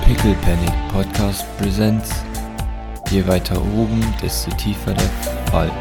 Pickle Panic Podcast Presents. Je weiter oben, desto tiefer der Fall.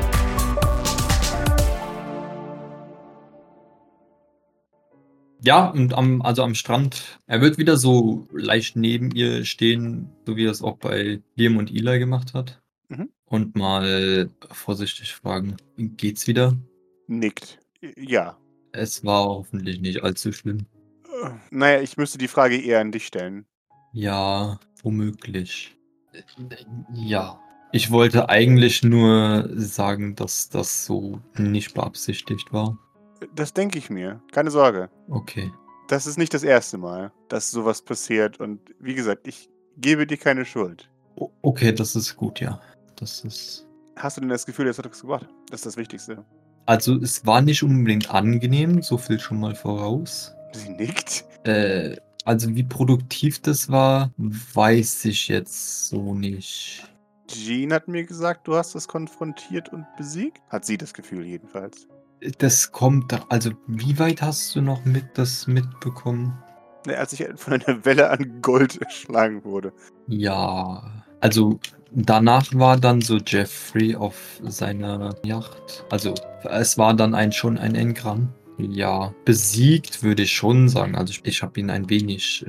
Ja, und am Strand. Er wird wieder so leicht neben ihr stehen, so wie er es auch bei Liam und Eli gemacht hat. Mhm. Und mal vorsichtig fragen, geht's wieder? Nickt. Ja. Es war hoffentlich nicht allzu schlimm. Naja, ich müsste die Frage eher an dich stellen. Ja, womöglich. Ja. Ich wollte eigentlich nur sagen, dass das so nicht beabsichtigt war. Das denke ich mir. Keine Sorge. Okay. Das ist nicht das erste Mal, dass sowas passiert. Und wie gesagt, ich gebe dir keine Schuld. Okay, das ist gut, ja. Das ist. Hast du denn das Gefühl, das hat nichts gebracht? Das ist das Wichtigste. Also, es war nicht unbedingt angenehm, so viel schon mal voraus. Sie nickt. Also wie produktiv das war, weiß ich jetzt so nicht. Jean hat mir gesagt, du hast es konfrontiert und besiegt. Hat sie das Gefühl jedenfalls. Das kommt, also wie weit hast du noch das mitbekommen? Als ich von einer Welle an Gold erschlagen wurde. Ja, also danach war dann so Jeffrey auf seiner Yacht. Also es war dann schon ein Engramm. Ja, besiegt würde ich schon sagen. Also ich habe ihn ein wenig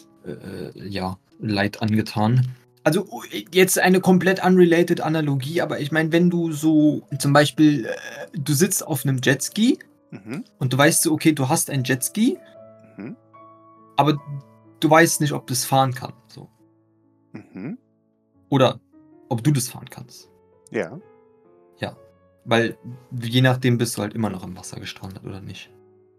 Leid angetan. Also jetzt eine komplett unrelated Analogie, aber ich meine, wenn du so zum Beispiel, du sitzt auf einem Jetski und du weißt so, okay, du hast ein Jetski, aber du weißt nicht, ob du es fahren kannst. So. Oder ob du das fahren kannst. Ja. Ja, weil je nachdem bist du halt immer noch im Wasser gestrandet, oder nicht?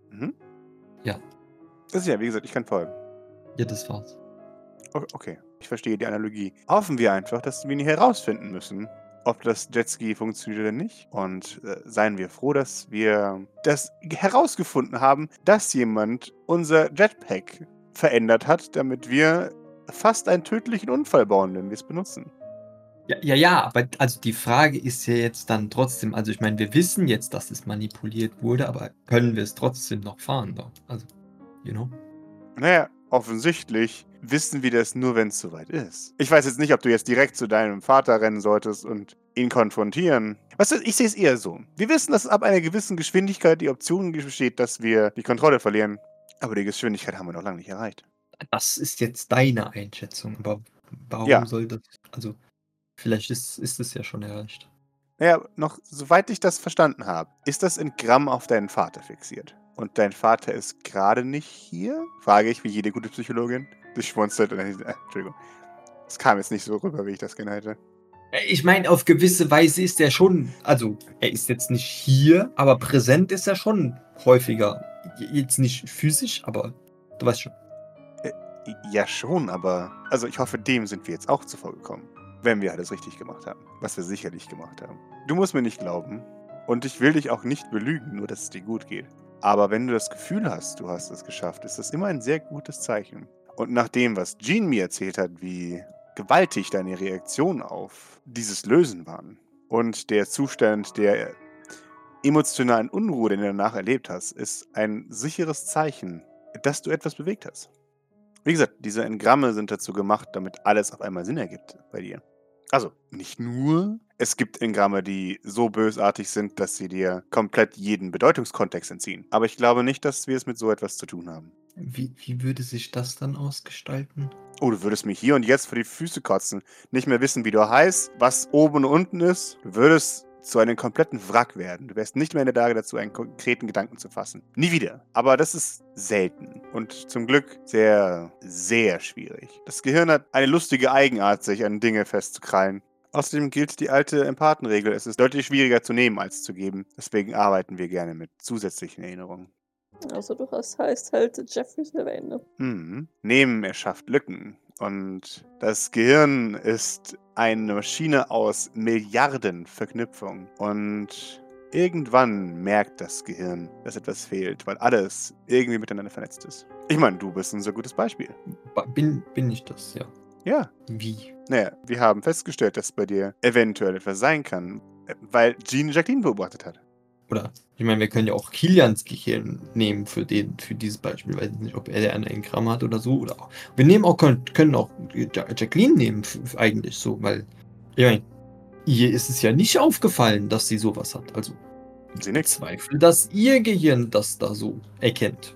Ja. Das ist ja, wie gesagt, ich kann folgen. Ja, das war's. Okay, ich verstehe die Analogie. Hoffen wir einfach, dass wir nie herausfinden müssen, ob das Jetski funktioniert oder nicht. Und seien wir froh, dass wir das herausgefunden haben, dass jemand unser Jetpack verändert hat, damit wir fast einen tödlichen Unfall bauen, wenn wir es benutzen. Ja, aber also die Frage ist ja jetzt dann trotzdem, also ich meine, wir wissen jetzt, dass es manipuliert wurde, aber können wir es trotzdem noch fahren? Doch? Also, you know? Naja, offensichtlich wissen wir das nur, wenn es soweit ist. Ich weiß jetzt nicht, ob du jetzt direkt zu deinem Vater rennen solltest und ihn konfrontieren. Weißt du, ich sehe es eher so. Wir wissen, dass ab einer gewissen Geschwindigkeit die Option besteht, dass wir die Kontrolle verlieren. Aber die Geschwindigkeit haben wir noch lange nicht erreicht. Das ist jetzt deine Einschätzung, aber warum Ja. soll das, also vielleicht ist es ja schon erreicht. Naja, noch soweit ich das verstanden habe, ist das in Gramm auf deinen Vater fixiert. Und dein Vater ist gerade nicht hier? Frage ich, wie jede gute Psychologin. Du schmunzelt. Entschuldigung. Das kam jetzt nicht so rüber, wie ich das gerne hätte. Ich meine, auf gewisse Weise ist er schon, also er ist jetzt nicht hier, aber präsent ist er schon häufiger. Jetzt nicht physisch, aber du weißt schon. Ja schon, aber also ich hoffe, dem sind wir jetzt auch zuvor gekommen. Wenn wir alles richtig gemacht haben. Was wir sicherlich gemacht haben. Du musst mir nicht glauben. Und ich will dich auch nicht belügen, nur dass es dir gut geht. Aber wenn du das Gefühl hast, du hast es geschafft, ist das immer ein sehr gutes Zeichen. Und nach dem, was Jean mir erzählt hat, wie gewaltig deine Reaktionen auf dieses Lösen waren und der Zustand der emotionalen Unruhe, den du danach erlebt hast, ist ein sicheres Zeichen, dass du etwas bewegt hast. Wie gesagt, diese Engramme sind dazu gemacht, damit alles auf einmal Sinn ergibt bei dir. Also, nicht nur. Es gibt Engramme, die so bösartig sind, dass sie dir komplett jeden Bedeutungskontext entziehen. Aber ich glaube nicht, dass wir es mit so etwas zu tun haben. Wie würde sich das dann ausgestalten? Oh, du würdest mir hier und jetzt vor die Füße kotzen. Nicht mehr wissen, wie du heißt, was oben und unten ist. Du würdest zu einem kompletten Wrack werden. Du wärst nicht mehr in der Lage dazu, einen konkreten Gedanken zu fassen. Nie wieder. Aber das ist selten. Und zum Glück sehr, sehr schwierig. Das Gehirn hat eine lustige Eigenart, sich an Dinge festzukrallen. Außerdem gilt die alte Empathenregel. Es ist deutlich schwieriger zu nehmen als zu geben. Deswegen arbeiten wir gerne mit zusätzlichen Erinnerungen. Also du heißt halt Jeffreys Ende. Nehmen erschafft Lücken. Und das Gehirn ist eine Maschine aus Milliarden Verknüpfungen. Und irgendwann merkt das Gehirn, dass etwas fehlt, weil alles irgendwie miteinander vernetzt ist. Ich meine, du bist ein sehr gutes Beispiel. Bin ich das, ja. Ja. Wie? Naja, wir haben festgestellt, dass bei dir eventuell etwas sein kann, weil Jean Jacqueline beobachtet hat. Oder, ich meine, wir können ja auch Kilians Gehirn nehmen für dieses Beispiel. Ich weiß nicht, ob er ein Engramm hat oder so. Oder auch. Wir nehmen auch, können auch Jacqueline nehmen, eigentlich so, weil, ich meine, ihr ist es ja nicht aufgefallen, dass sie sowas hat. Also, Sie ich nickt. bezweifle, dass ihr Gehirn das da so erkennt.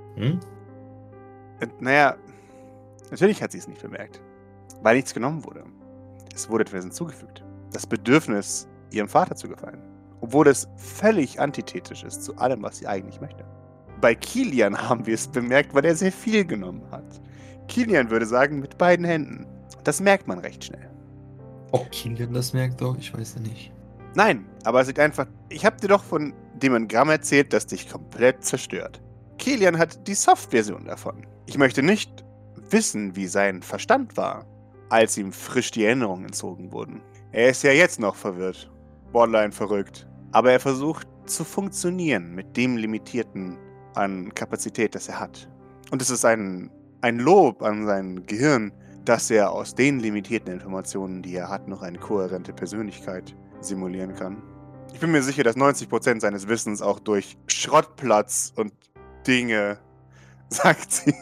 Naja, natürlich hat sie es nicht bemerkt, weil nichts genommen wurde. Es wurde etwas hinzugefügt. Das Bedürfnis, ihrem Vater zu gefallen. Obwohl es völlig antithetisch ist zu allem, was sie eigentlich möchte. Bei Kilian haben wir es bemerkt, weil er sehr viel genommen hat. Kilian würde sagen, mit beiden Händen. Das merkt man recht schnell. Ob Kilian das merkt, doch, ich weiß ja nicht. Nein, aber es sieht einfach... Ich habe dir doch von dem Engramm erzählt, das dich komplett zerstört. Kilian hat die Soft-Version davon. Ich möchte nicht wissen, wie sein Verstand war, als ihm frisch die Erinnerungen entzogen wurden. Er ist ja jetzt noch verwirrt. Borderline verrückt. Aber er versucht zu funktionieren mit dem Limitierten an Kapazität, das er hat. Und es ist ein Lob an sein Gehirn, dass er aus den limitierten Informationen, die er hat, noch eine kohärente Persönlichkeit simulieren kann. Ich bin mir sicher, dass 90% seines Wissens auch durch Schrottplatz und Dinge, sagt sie,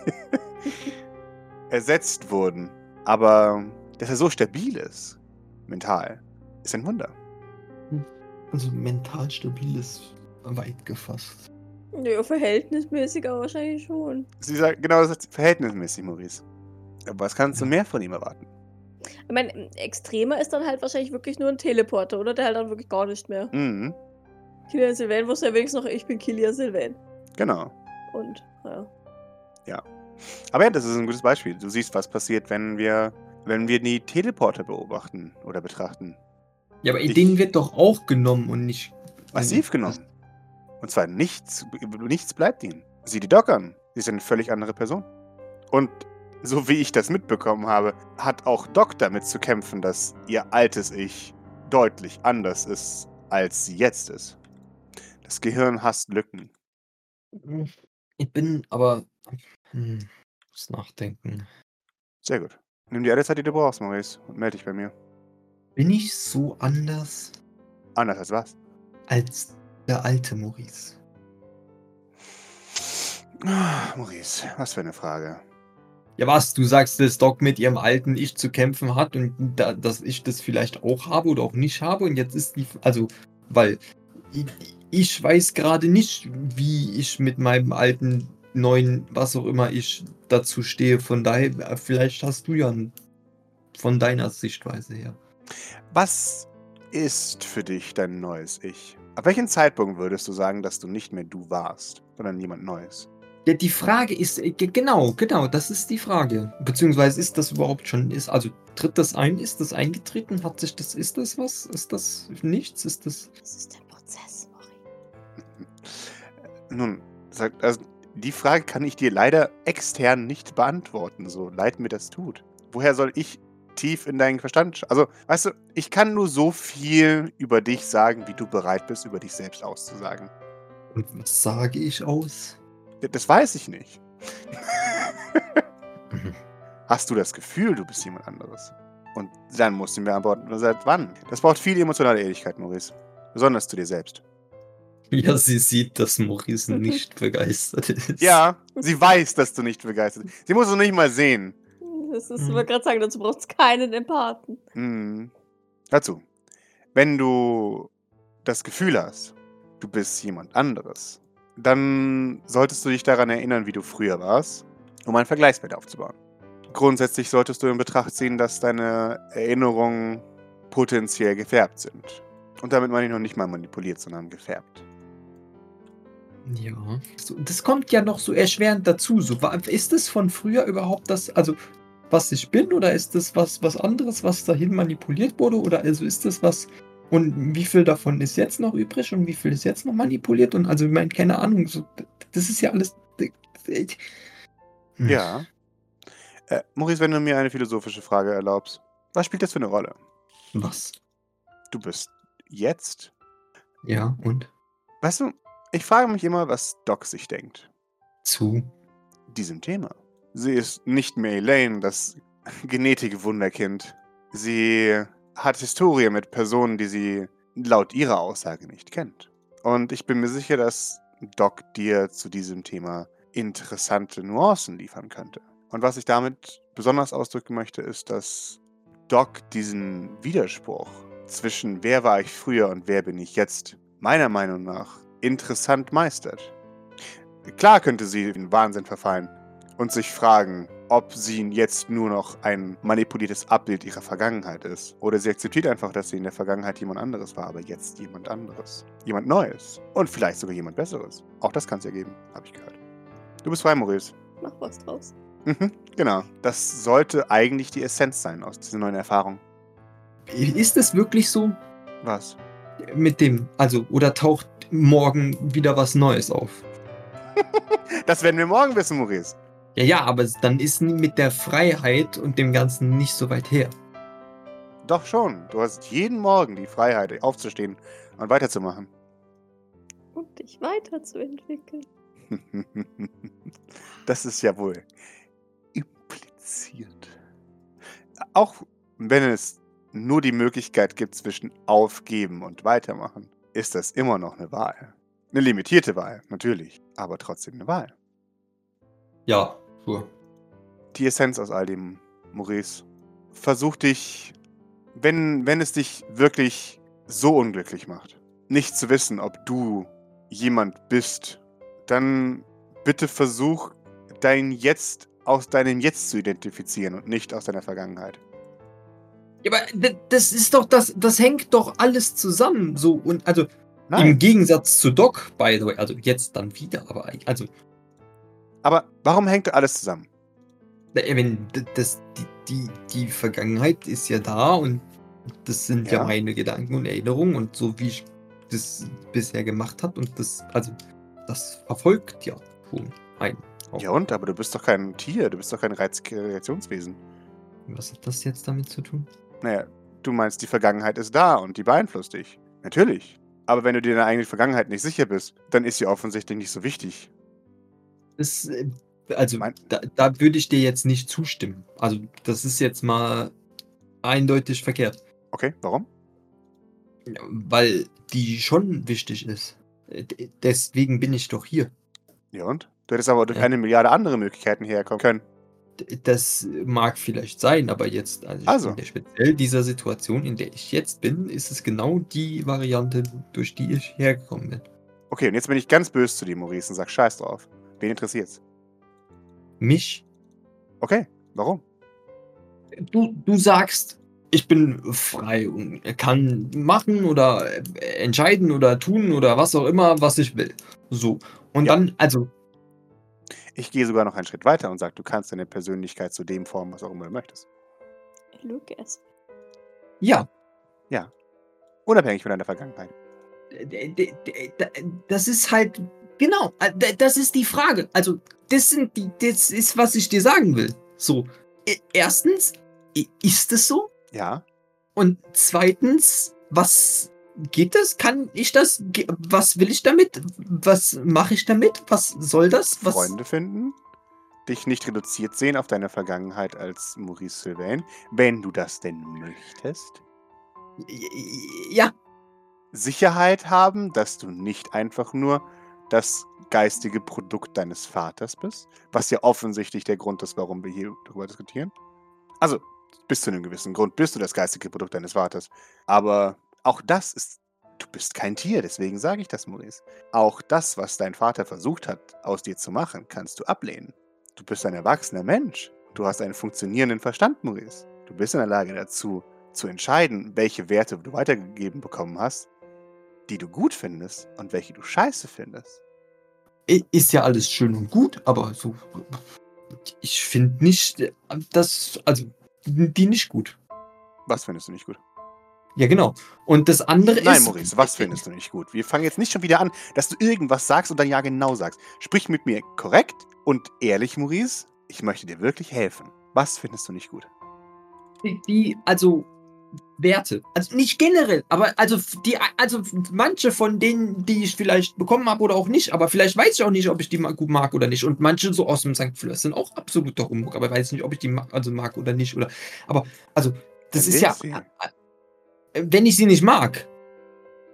ersetzt wurden. Aber dass er so stabil ist, mental, ist ein Wunder. Also mental stabil ist weit gefasst. Ja, verhältnismäßig aber wahrscheinlich schon. Sie sagt genau, das ist verhältnismäßig, Maurice. Aber was kannst du mehr von ihm erwarten? Ich meine, extremer ist dann halt wahrscheinlich wirklich nur ein Teleporter, oder? Der halt dann wirklich gar nicht mehr. Mhm, Kilian Sylvain wusste ja wenigstens noch, ich bin Kilian Sylvain. genau. Und, ja. Aber ja, das ist ein gutes Beispiel. Du siehst, was passiert, wenn wir die Teleporter beobachten oder betrachten. Ja, aber denen wird doch auch genommen und nicht... Massiv genommen. Und zwar nichts bleibt ihnen. Sieh die Doc an. Sie ist eine völlig andere Person. Und so wie ich das mitbekommen habe, hat auch Doc damit zu kämpfen, dass ihr altes Ich deutlich anders ist, als sie jetzt ist. Das Gehirn hasst Lücken. Ich bin aber... muss nachdenken. Sehr gut. Nimm dir alle Zeit, die du brauchst, Maurice, und melde dich bei mir. Bin ich so anders Anders als was? als der alte Maurice? Maurice, was für eine Frage. Ja, was? Du sagst, dass Doc mit ihrem alten Ich zu kämpfen hat und dass ich das vielleicht auch habe oder auch nicht habe und jetzt ist die... Also, weil ich weiß gerade nicht, wie ich mit meinem alten, neuen, was auch immer ich dazu stehe. Von daher, vielleicht hast du ja von deiner Sichtweise her. Was ist für dich dein neues Ich? Ab welchem Zeitpunkt würdest du sagen, dass du nicht mehr du warst, sondern jemand Neues? Ja, die Frage ist, genau, das ist die Frage. Beziehungsweise ist das überhaupt schon, also tritt das ein, ist das eingetreten, ist das was? Ist das nichts? Ist das... Das ist der Prozess, Mori. Nun, also die Frage kann ich dir leider extern nicht beantworten, so leid mir das tut. Woher soll ich tief in deinen Verstand Also, weißt du, ich kann nur so viel über dich sagen, wie du bereit bist, über dich selbst auszusagen. Und was sage ich aus? Das weiß ich nicht. Hast du das Gefühl, du bist jemand anderes? Und dann musst du mir antworten, seit wann? Das braucht viel emotionale Ehrlichkeit, Maurice. Besonders zu dir selbst. Ja, sie sieht, dass Maurice nicht begeistert ist. Ja, sie weiß, dass du nicht begeistert bist. Sie muss es nicht mal sehen. Das ist, ich wollte gerade sagen, dazu braucht es keinen Empathen. Mhm. Hör zu. Wenn du das Gefühl hast, du bist jemand anderes, dann solltest du dich daran erinnern, wie du früher warst, um ein Vergleichswert aufzubauen. Grundsätzlich solltest du in Betracht ziehen, dass deine Erinnerungen potenziell gefärbt sind. Und damit meine ich noch nicht mal manipuliert, sondern gefärbt. Ja. Das kommt ja noch so erschwerend dazu. So, ist es von früher überhaupt das, also was ich bin, oder ist das was anderes, was dahin manipuliert wurde? Oder also ist das was, und wie viel davon ist jetzt noch übrig und wie viel ist jetzt noch manipuliert? Und also, ich meine, keine Ahnung, so, das ist ja alles. Ja. Maurice, wenn du mir eine philosophische Frage erlaubst, was spielt das für eine Rolle? Was? Du bist jetzt? Ja, und? Weißt du, ich frage mich immer, was Doc sich denkt. Zu? Diesem Thema. Sie ist nicht mehr Elaine, das Genetik-Wunderkind. Sie hat Historie mit Personen, die sie laut ihrer Aussage nicht kennt. Und ich bin mir sicher, dass Doc dir zu diesem Thema interessante Nuancen liefern könnte. Und was ich damit besonders ausdrücken möchte, ist, dass Doc diesen Widerspruch zwischen wer war ich früher und wer bin ich jetzt, meiner Meinung nach interessant meistert. Klar könnte sie in Wahnsinn verfallen und sich fragen, ob sie jetzt nur noch ein manipuliertes Abbild ihrer Vergangenheit ist. Oder sie akzeptiert einfach, dass sie in der Vergangenheit jemand anderes war, aber jetzt jemand anderes. Jemand Neues. Und vielleicht sogar jemand Besseres. Auch das kann es ja geben, habe ich gehört. Du bist frei, Maurice. Mach was draus. Genau. Das sollte eigentlich die Essenz sein aus dieser neuen Erfahrung. Ist es wirklich so Was? mit dem, also, oder taucht morgen wieder was Neues auf? Das werden wir morgen wissen, Maurice. Ja, aber dann ist mit der Freiheit und dem Ganzen nicht so weit her. Doch schon. Du hast jeden Morgen die Freiheit, aufzustehen und weiterzumachen. Und dich weiterzuentwickeln. Das ist ja wohl impliziert. Auch wenn es nur die Möglichkeit gibt zwischen aufgeben und weitermachen, ist das immer noch eine Wahl. Eine limitierte Wahl, natürlich, aber trotzdem eine Wahl. Ja, sure. Die Essenz aus all dem, Maurice. Versuch dich, wenn es dich wirklich so unglücklich macht, nicht zu wissen, ob du jemand bist, dann bitte versuch, dein Jetzt aus deinem Jetzt zu identifizieren und nicht aus deiner Vergangenheit. Ja, aber das ist doch, das hängt doch alles zusammen. So, und also Nein. im Gegensatz zu Doc, by the way, also jetzt dann wieder, aber also. Aber warum hängt alles zusammen? Wenn die Vergangenheit ist ja da und das sind ja Ja. meine Gedanken und Erinnerungen und so wie ich das bisher gemacht habe und das verfolgt ja schon einen. Auch. Ja und? Aber du bist doch kein Tier, du bist doch kein Reaktionswesen. Was hat das jetzt damit zu tun? Naja, du meinst, die Vergangenheit ist da und die beeinflusst dich. Natürlich. Aber wenn du dir deiner eigenen Vergangenheit nicht sicher bist, dann ist sie offensichtlich nicht so wichtig. Das, also, da würde ich dir jetzt nicht zustimmen. Also, das ist jetzt mal eindeutig verkehrt. Okay, warum? Weil die schon wichtig ist. Deswegen bin ich doch hier. Ja und? Du hättest aber durch 1 Milliarde andere Möglichkeiten herkommen können. Das mag vielleicht sein, aber jetzt, also in der speziell dieser Situation, in der ich jetzt bin, ist es genau die Variante, durch die ich hergekommen bin. Okay, und jetzt bin ich ganz böse zu dir, Maurice, und sag Scheiß drauf. Wen interessiert's? Mich? Okay, warum? Du sagst, ich bin frei und kann machen oder entscheiden oder tun oder was auch immer, was ich will. So. Und Ja. dann, also. Ich gehe sogar noch einen Schritt weiter und sage, du kannst deine Persönlichkeit zu dem formen, was auch immer du möchtest. Lucas. Ja. Ja. Unabhängig von deiner Vergangenheit. Das ist halt, genau, das ist die Frage. Also, das ist, was ich dir sagen will. So, erstens, ist es so? Ja. Und zweitens, was geht das? Kann ich das? Was will ich damit? Was mache ich damit? Was soll das? Was? Freunde finden, dich nicht reduziert sehen auf deine Vergangenheit als Maurice Sylvain, wenn du das denn möchtest. Ja. Sicherheit haben, dass du nicht einfach nur das geistige Produkt deines Vaters bist, was ja offensichtlich der Grund ist, warum wir hier darüber diskutieren. Also, bis zu einem gewissen Grund bist du das geistige Produkt deines Vaters. Aber auch das ist, du bist kein Tier, deswegen sage ich das, Maurice. Auch das, was dein Vater versucht hat, aus dir zu machen, kannst du ablehnen. Du bist ein erwachsener Mensch. Du hast einen funktionierenden Verstand, Maurice. Du bist in der Lage dazu, zu entscheiden, welche Werte du weitergegeben bekommen hast, die du gut findest und welche du scheiße findest. Ist ja alles schön und gut, aber so, ich finde nicht, die nicht gut. Was findest du nicht gut? Ja, genau. Und das andere ist... Nein, Maurice, was findest du nicht gut? Wir fangen jetzt nicht schon wieder an, dass du irgendwas sagst und dann ja genau sagst. Sprich mit mir korrekt und ehrlich, Maurice. Ich möchte dir wirklich helfen. Was findest du nicht gut? Also Werte. Also nicht generell, aber also manche von denen, die ich vielleicht bekommen habe oder auch nicht, aber vielleicht weiß ich auch nicht, ob ich die gut mag oder nicht. Und manche so aus dem St. Fleur sind auch absoluter Humbug, aber ich weiß nicht, ob ich die mag oder nicht. Aber das ist ja, wenn ich sie nicht mag.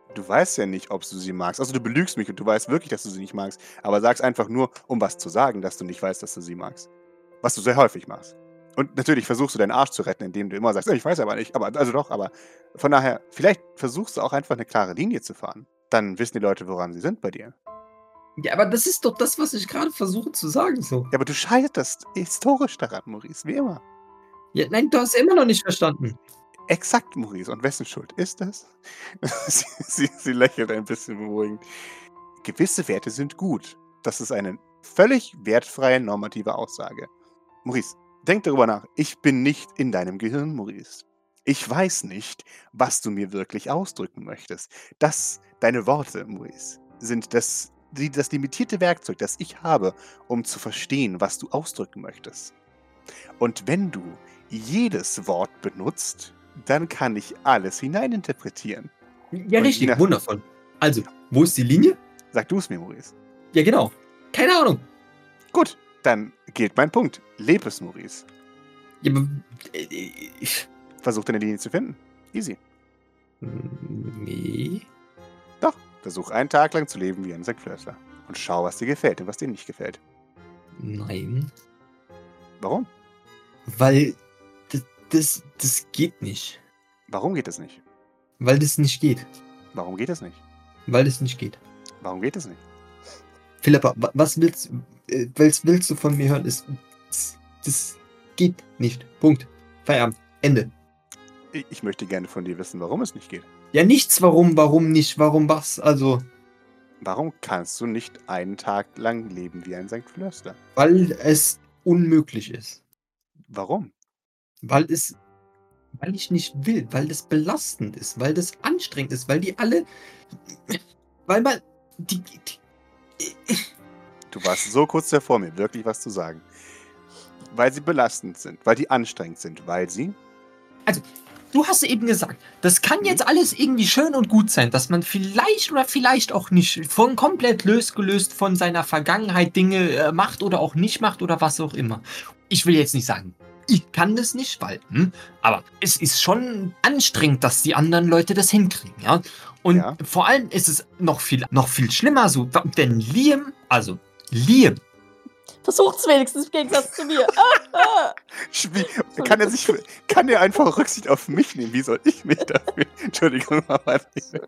Du weißt ja nicht, ob du sie magst. Also du belügst mich und du weißt wirklich, dass du sie nicht magst. Aber sagst einfach nur, um was zu sagen, dass du nicht weißt, dass du sie magst. Was du sehr häufig machst. Und natürlich versuchst du deinen Arsch zu retten, indem du immer sagst, ich weiß aber nicht. Aber von daher, vielleicht versuchst du auch einfach eine klare Linie zu fahren. Dann wissen die Leute, woran sie sind bei dir. Ja, aber das ist doch das, was ich gerade versuche zu sagen, so. Ja, aber du scheiterst historisch daran, Maurice, wie immer. Ja, nein, du hast immer noch nicht verstanden. Exakt, Maurice. Und wessen Schuld ist das? Sie lächelt ein bisschen beruhigend. Gewisse Werte sind gut. Das ist eine völlig wertfreie normative Aussage. Maurice, denk darüber nach. Ich bin nicht in deinem Gehirn, Maurice. Ich weiß nicht, was du mir wirklich ausdrücken möchtest. Deine Worte, Maurice, sind das limitierte Werkzeug, das ich habe, um zu verstehen, was du ausdrücken möchtest. Und wenn du jedes Wort benutzt, dann kann ich alles hineininterpretieren. Ja, Und richtig, wundervoll. Also, wo ist die Linie? Sag du es mir, Maurice. Ja, genau. Keine Ahnung. Gut, dann gilt mein Punkt. Leb es, Maurice. Ja, aber, Versuch deine Linie zu finden. Easy. Nee. Doch, versuch einen Tag lang zu leben wie ein Sektflößler. Und schau, was dir gefällt und was dir nicht gefällt. Nein. Warum? Weil das geht nicht. Warum geht es nicht? Weil das nicht geht. Warum geht es nicht? Weil das nicht geht. Warum geht es nicht? Philippa, was willst du von mir hören? Das geht nicht. Punkt. Feierabend. Ende. Ich möchte gerne von dir wissen, warum es nicht geht. Ja, nichts. Warum nicht? Warum was? Also, Warum kannst du nicht einen Tag lang leben wie ein Sektflößler? weil es unmöglich ist. Warum? Weil ich nicht will. Weil das belastend ist. Weil das anstrengend ist. Weil die alle. Weil man. Du warst so kurz davor, mir wirklich was zu sagen. Weil sie belastend sind, weil die anstrengend sind, weil sie... Also, du hast eben gesagt, das kann jetzt alles irgendwie schön und gut sein, dass man vielleicht oder vielleicht auch nicht komplett losgelöst von seiner Vergangenheit Dinge macht oder auch nicht macht oder was auch immer. Ich will jetzt nicht sagen, ich kann das nicht, weil, aber es ist schon anstrengend, dass die anderen Leute das hinkriegen, ja. Und Ja. vor allem ist es noch viel schlimmer so, denn Liam, Versucht's wenigstens im Gegensatz zu mir. Kann er einfach Rücksicht auf mich nehmen? Wie soll ich mich dafür... Entschuldigung, aber...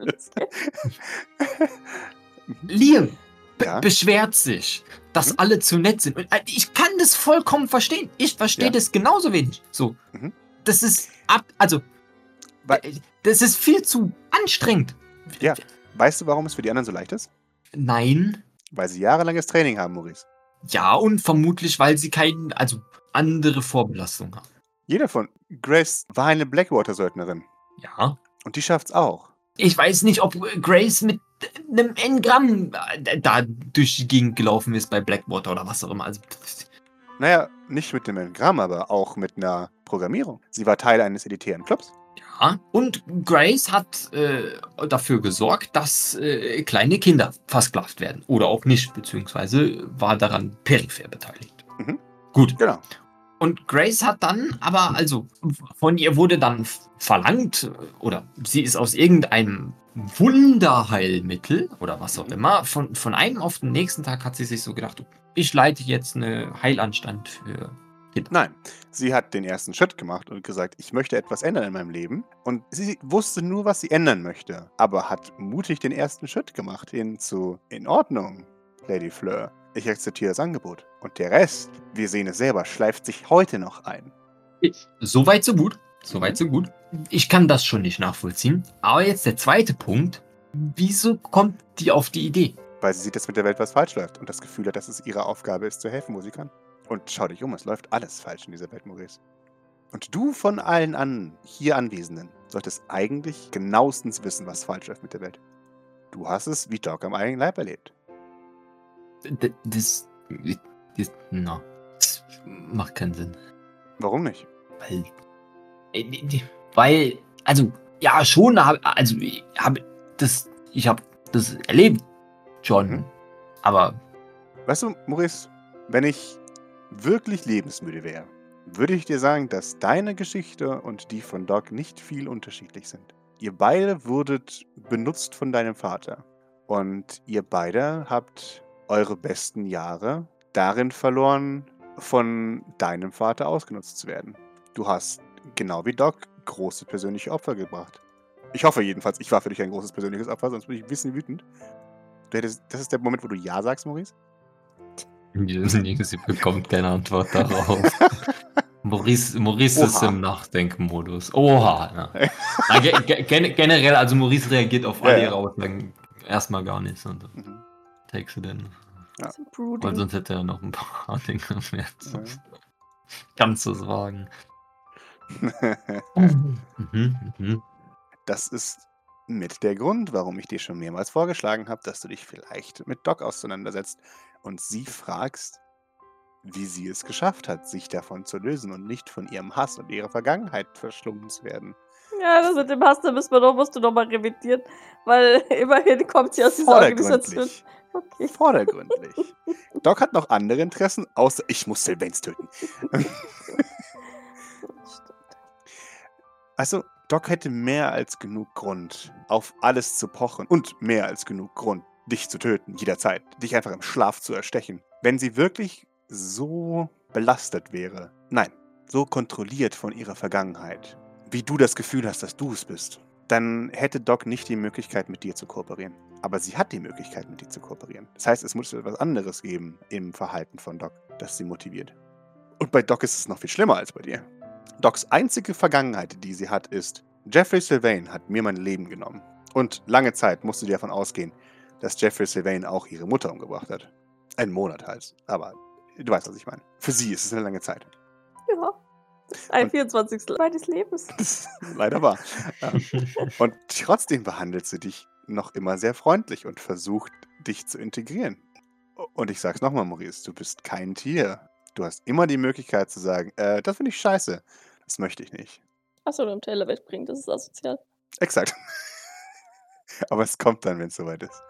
Liam Ja? beschwert sich, dass alle zu nett sind. Und ich kann das vollkommen verstehen. Ich verstehe Ja. das genauso wenig. So, Mhm. das ist Weil- das ist viel zu anstrengend. Ja. Weißt du, warum es für die anderen so leicht ist? Nein. Weil sie jahrelanges Training haben, Maurice. Ja, und vermutlich, weil sie andere Vorbelastung haben. Jeder von Grace war eine Blackwater-Söldnerin. Ja. Und die schafft's auch. Ich weiß nicht, ob Grace mit einem Engramm da durch die Gegend gelaufen ist bei Blackwater oder was auch immer. Also, Naja, nicht mit dem Engramm, aber auch mit einer Programmierung. Sie war Teil eines elitären Clubs. ja. Und Grace hat dafür gesorgt, dass kleine Kinder versklavt werden. Oder auch nicht, beziehungsweise war daran peripher beteiligt. Mhm. Gut. Genau. Und Grace hat dann aber, von ihr wurde dann verlangt, oder sie ist aus irgendeinem Wunderheilmittel oder was auch immer, von einem auf den nächsten Tag hat sie sich so gedacht, ich leite jetzt eine Heilanstalt für Kinder. Nein, sie hat den ersten Schritt gemacht und gesagt, ich möchte etwas ändern in meinem Leben. Und sie wusste nur, was sie ändern möchte, aber hat mutig den ersten Schritt gemacht hin zu in Ordnung, Lady Fleur. Ich akzeptiere das Angebot. Und der Rest, wir sehen es selber, schleift sich heute noch ein. Soweit so gut. Soweit so gut. Ich kann das schon nicht nachvollziehen. Aber jetzt der zweite Punkt. Wieso kommt die auf die Idee? Weil sie sieht, dass mit der Welt was falsch läuft und das Gefühl hat, dass es ihre Aufgabe ist, zu helfen, wo sie kann. Und schau dich um, es läuft alles falsch in dieser Welt, Maurice. Und du von allen hier Anwesenden solltest eigentlich genauestens wissen, was falsch läuft mit der Welt. Du hast es wie Doc am eigenen Leib erlebt. Das macht keinen Sinn. Warum nicht? Weil, ja, schon, ich habe das erlebt, John. Mhm. Aber, Weißt du, Maurice, wenn ich wirklich lebensmüde wäre, würde ich dir sagen, dass deine Geschichte und die von Doc nicht viel unterschiedlich sind. ihr beide wurdet benutzt von deinem Vater. Und ihr beide habt eure besten Jahre darin verloren, von deinem Vater ausgenutzt zu werden. Du hast, genau wie Doc, große persönliche Opfer gebracht. Ich hoffe jedenfalls, ich war für dich ein großes persönliches Opfer, sonst bin ich ein bisschen wütend. Das ist der Moment, wo du Ja sagst, Maurice? Sie bekommt keine Antwort darauf. Maurice ist im Nachdenkmodus. Oha. Ja. Generell, also Maurice reagiert auf alle ihre Aussagen erstmal gar nicht. Und takes it in. Ja. Weil sonst hätte er noch ein paar Dinge mehr ganz zu sagen. Das ist mit der Grund, warum ich dir schon mehrmals vorgeschlagen habe, dass du dich vielleicht mit Doc auseinandersetzt und sie fragst, wie sie es geschafft hat, sich davon zu lösen und nicht von ihrem Hass und ihrer Vergangenheit verschlungen zu werden. Ja, das mit dem Hass, da musst du noch mal revidieren, weil immerhin kommt sie aus dieser Organisation. Okay. Vordergründlich. Doc hat noch andere Interessen, außer ich muss Sylvains töten. Also, Doc hätte mehr als genug Grund, auf alles zu pochen und mehr als genug Grund, dich zu töten, jederzeit, dich einfach im Schlaf zu erstechen. Wenn sie wirklich so belastet wäre, nein, so kontrolliert von ihrer Vergangenheit, wie du das Gefühl hast, dass du es bist, dann hätte Doc nicht die Möglichkeit, mit dir zu kooperieren. Aber sie hat die Möglichkeit, mit dir zu kooperieren. Das heißt, es muss etwas anderes geben im Verhalten von Doc, das sie motiviert. Und bei Doc ist es noch viel schlimmer als bei dir. Docs einzige Vergangenheit, die sie hat, ist, Jeffrey Sylvain hat mir mein Leben genommen. Und lange Zeit musst du dir davon ausgehen, dass Jeffrey Sylvain auch ihre Mutter umgebracht hat. Einen Monat halt. Aber du weißt, was ich meine. Für sie ist es eine lange Zeit. Ja. Ein 24. meines Lebens. Das ist leider wahr. Und trotzdem behandelt sie dich noch immer sehr freundlich und versucht, dich zu integrieren. Und ich sag's nochmal, Maurice, du bist kein Tier. Du hast immer die Möglichkeit zu sagen, das finde ich scheiße. Das möchte ich nicht. Achso, du im Teller wegbringen, das ist asozial. Exakt. Aber es kommt dann, wenn es soweit ist.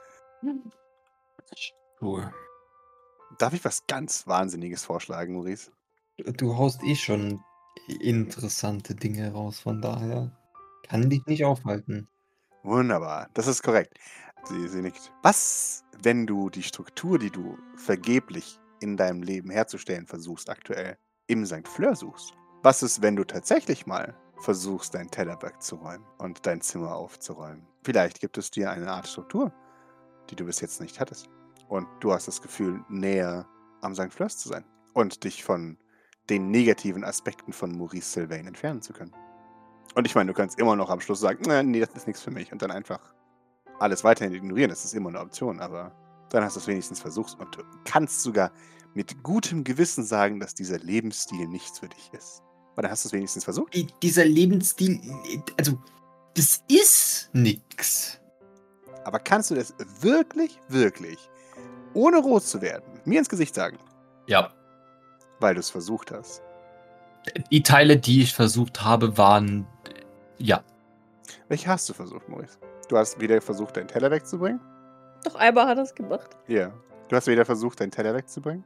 Cool. Darf ich was ganz Wahnsinniges vorschlagen, Maurice? Du haust eh schon interessante Dinge raus, von daher kann dich nicht aufhalten. Wunderbar, das ist korrekt. Sie nickt. Was, wenn du die Struktur, die du vergeblich in deinem Leben herzustellen versuchst aktuell, im St. Fleur suchst? Was ist, wenn du tatsächlich mal versuchst, dein Teller wegzuräumen und dein Zimmer aufzuräumen? Vielleicht gibt es dir eine Art Struktur, die du bis jetzt nicht hattest. Und du hast das Gefühl, näher am St. Fleur zu sein und dich von den negativen Aspekten von Maurice Sylvain entfernen zu können. Und ich meine, du kannst immer noch am Schluss sagen, nee, das ist nichts für mich und dann einfach alles weiterhin ignorieren. Das ist immer eine Option, aber dann hast du es wenigstens versucht und du kannst sogar mit gutem Gewissen sagen, dass dieser Lebensstil nichts für dich ist. Aber dann hast du es wenigstens versucht. Dieser Lebensstil, also, das ist nix. Aber kannst du das wirklich, wirklich, ohne rot zu werden, mir ins Gesicht sagen? Ja. Weil du es versucht hast. Die Teile, die ich versucht habe, waren, ja. Welche hast du versucht, Maurice? Du hast wieder versucht, deinen Teller wegzubringen? Doch einmal hat er es gemacht. Ja. Du hast wieder versucht, deinen Teller wegzubringen?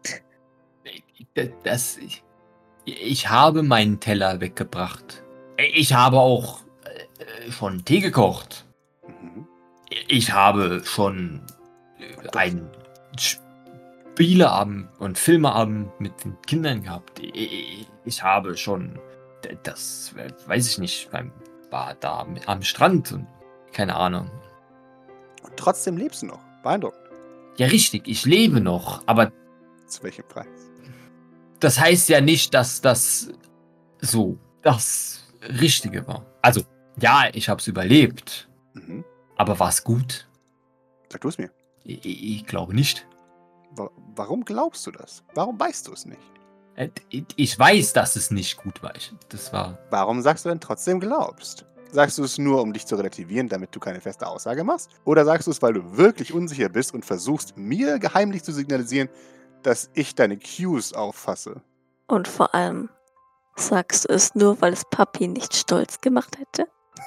Ich habe meinen Teller weggebracht. Ich habe auch schon Tee gekocht. Mhm. Ich habe schon einen Spieleabend und Filmeabend mit den Kindern gehabt. Ich habe schon, das weiß ich nicht, war da am Strand und keine Ahnung. Und trotzdem lebst du noch. Beeindruckend. Ja, richtig, ich lebe noch, aber Zu welchem Preis? das heißt ja nicht, dass das so das Richtige war. Also, ja, ich habe es überlebt, Mhm. aber war es gut? Sag du es mir. Ich glaube nicht. Warum glaubst du das? Warum weißt du es nicht? Ich weiß, dass es nicht gut war. Das war. Warum sagst du denn trotzdem glaubst? Sagst du es nur, um dich zu relativieren, damit du keine feste Aussage machst? Oder sagst du es, weil du wirklich unsicher bist und versuchst, mir geheimlich zu signalisieren, dass ich deine Cues auffasse? Und vor allem, sagst du es nur, weil es Papi nicht stolz gemacht hätte?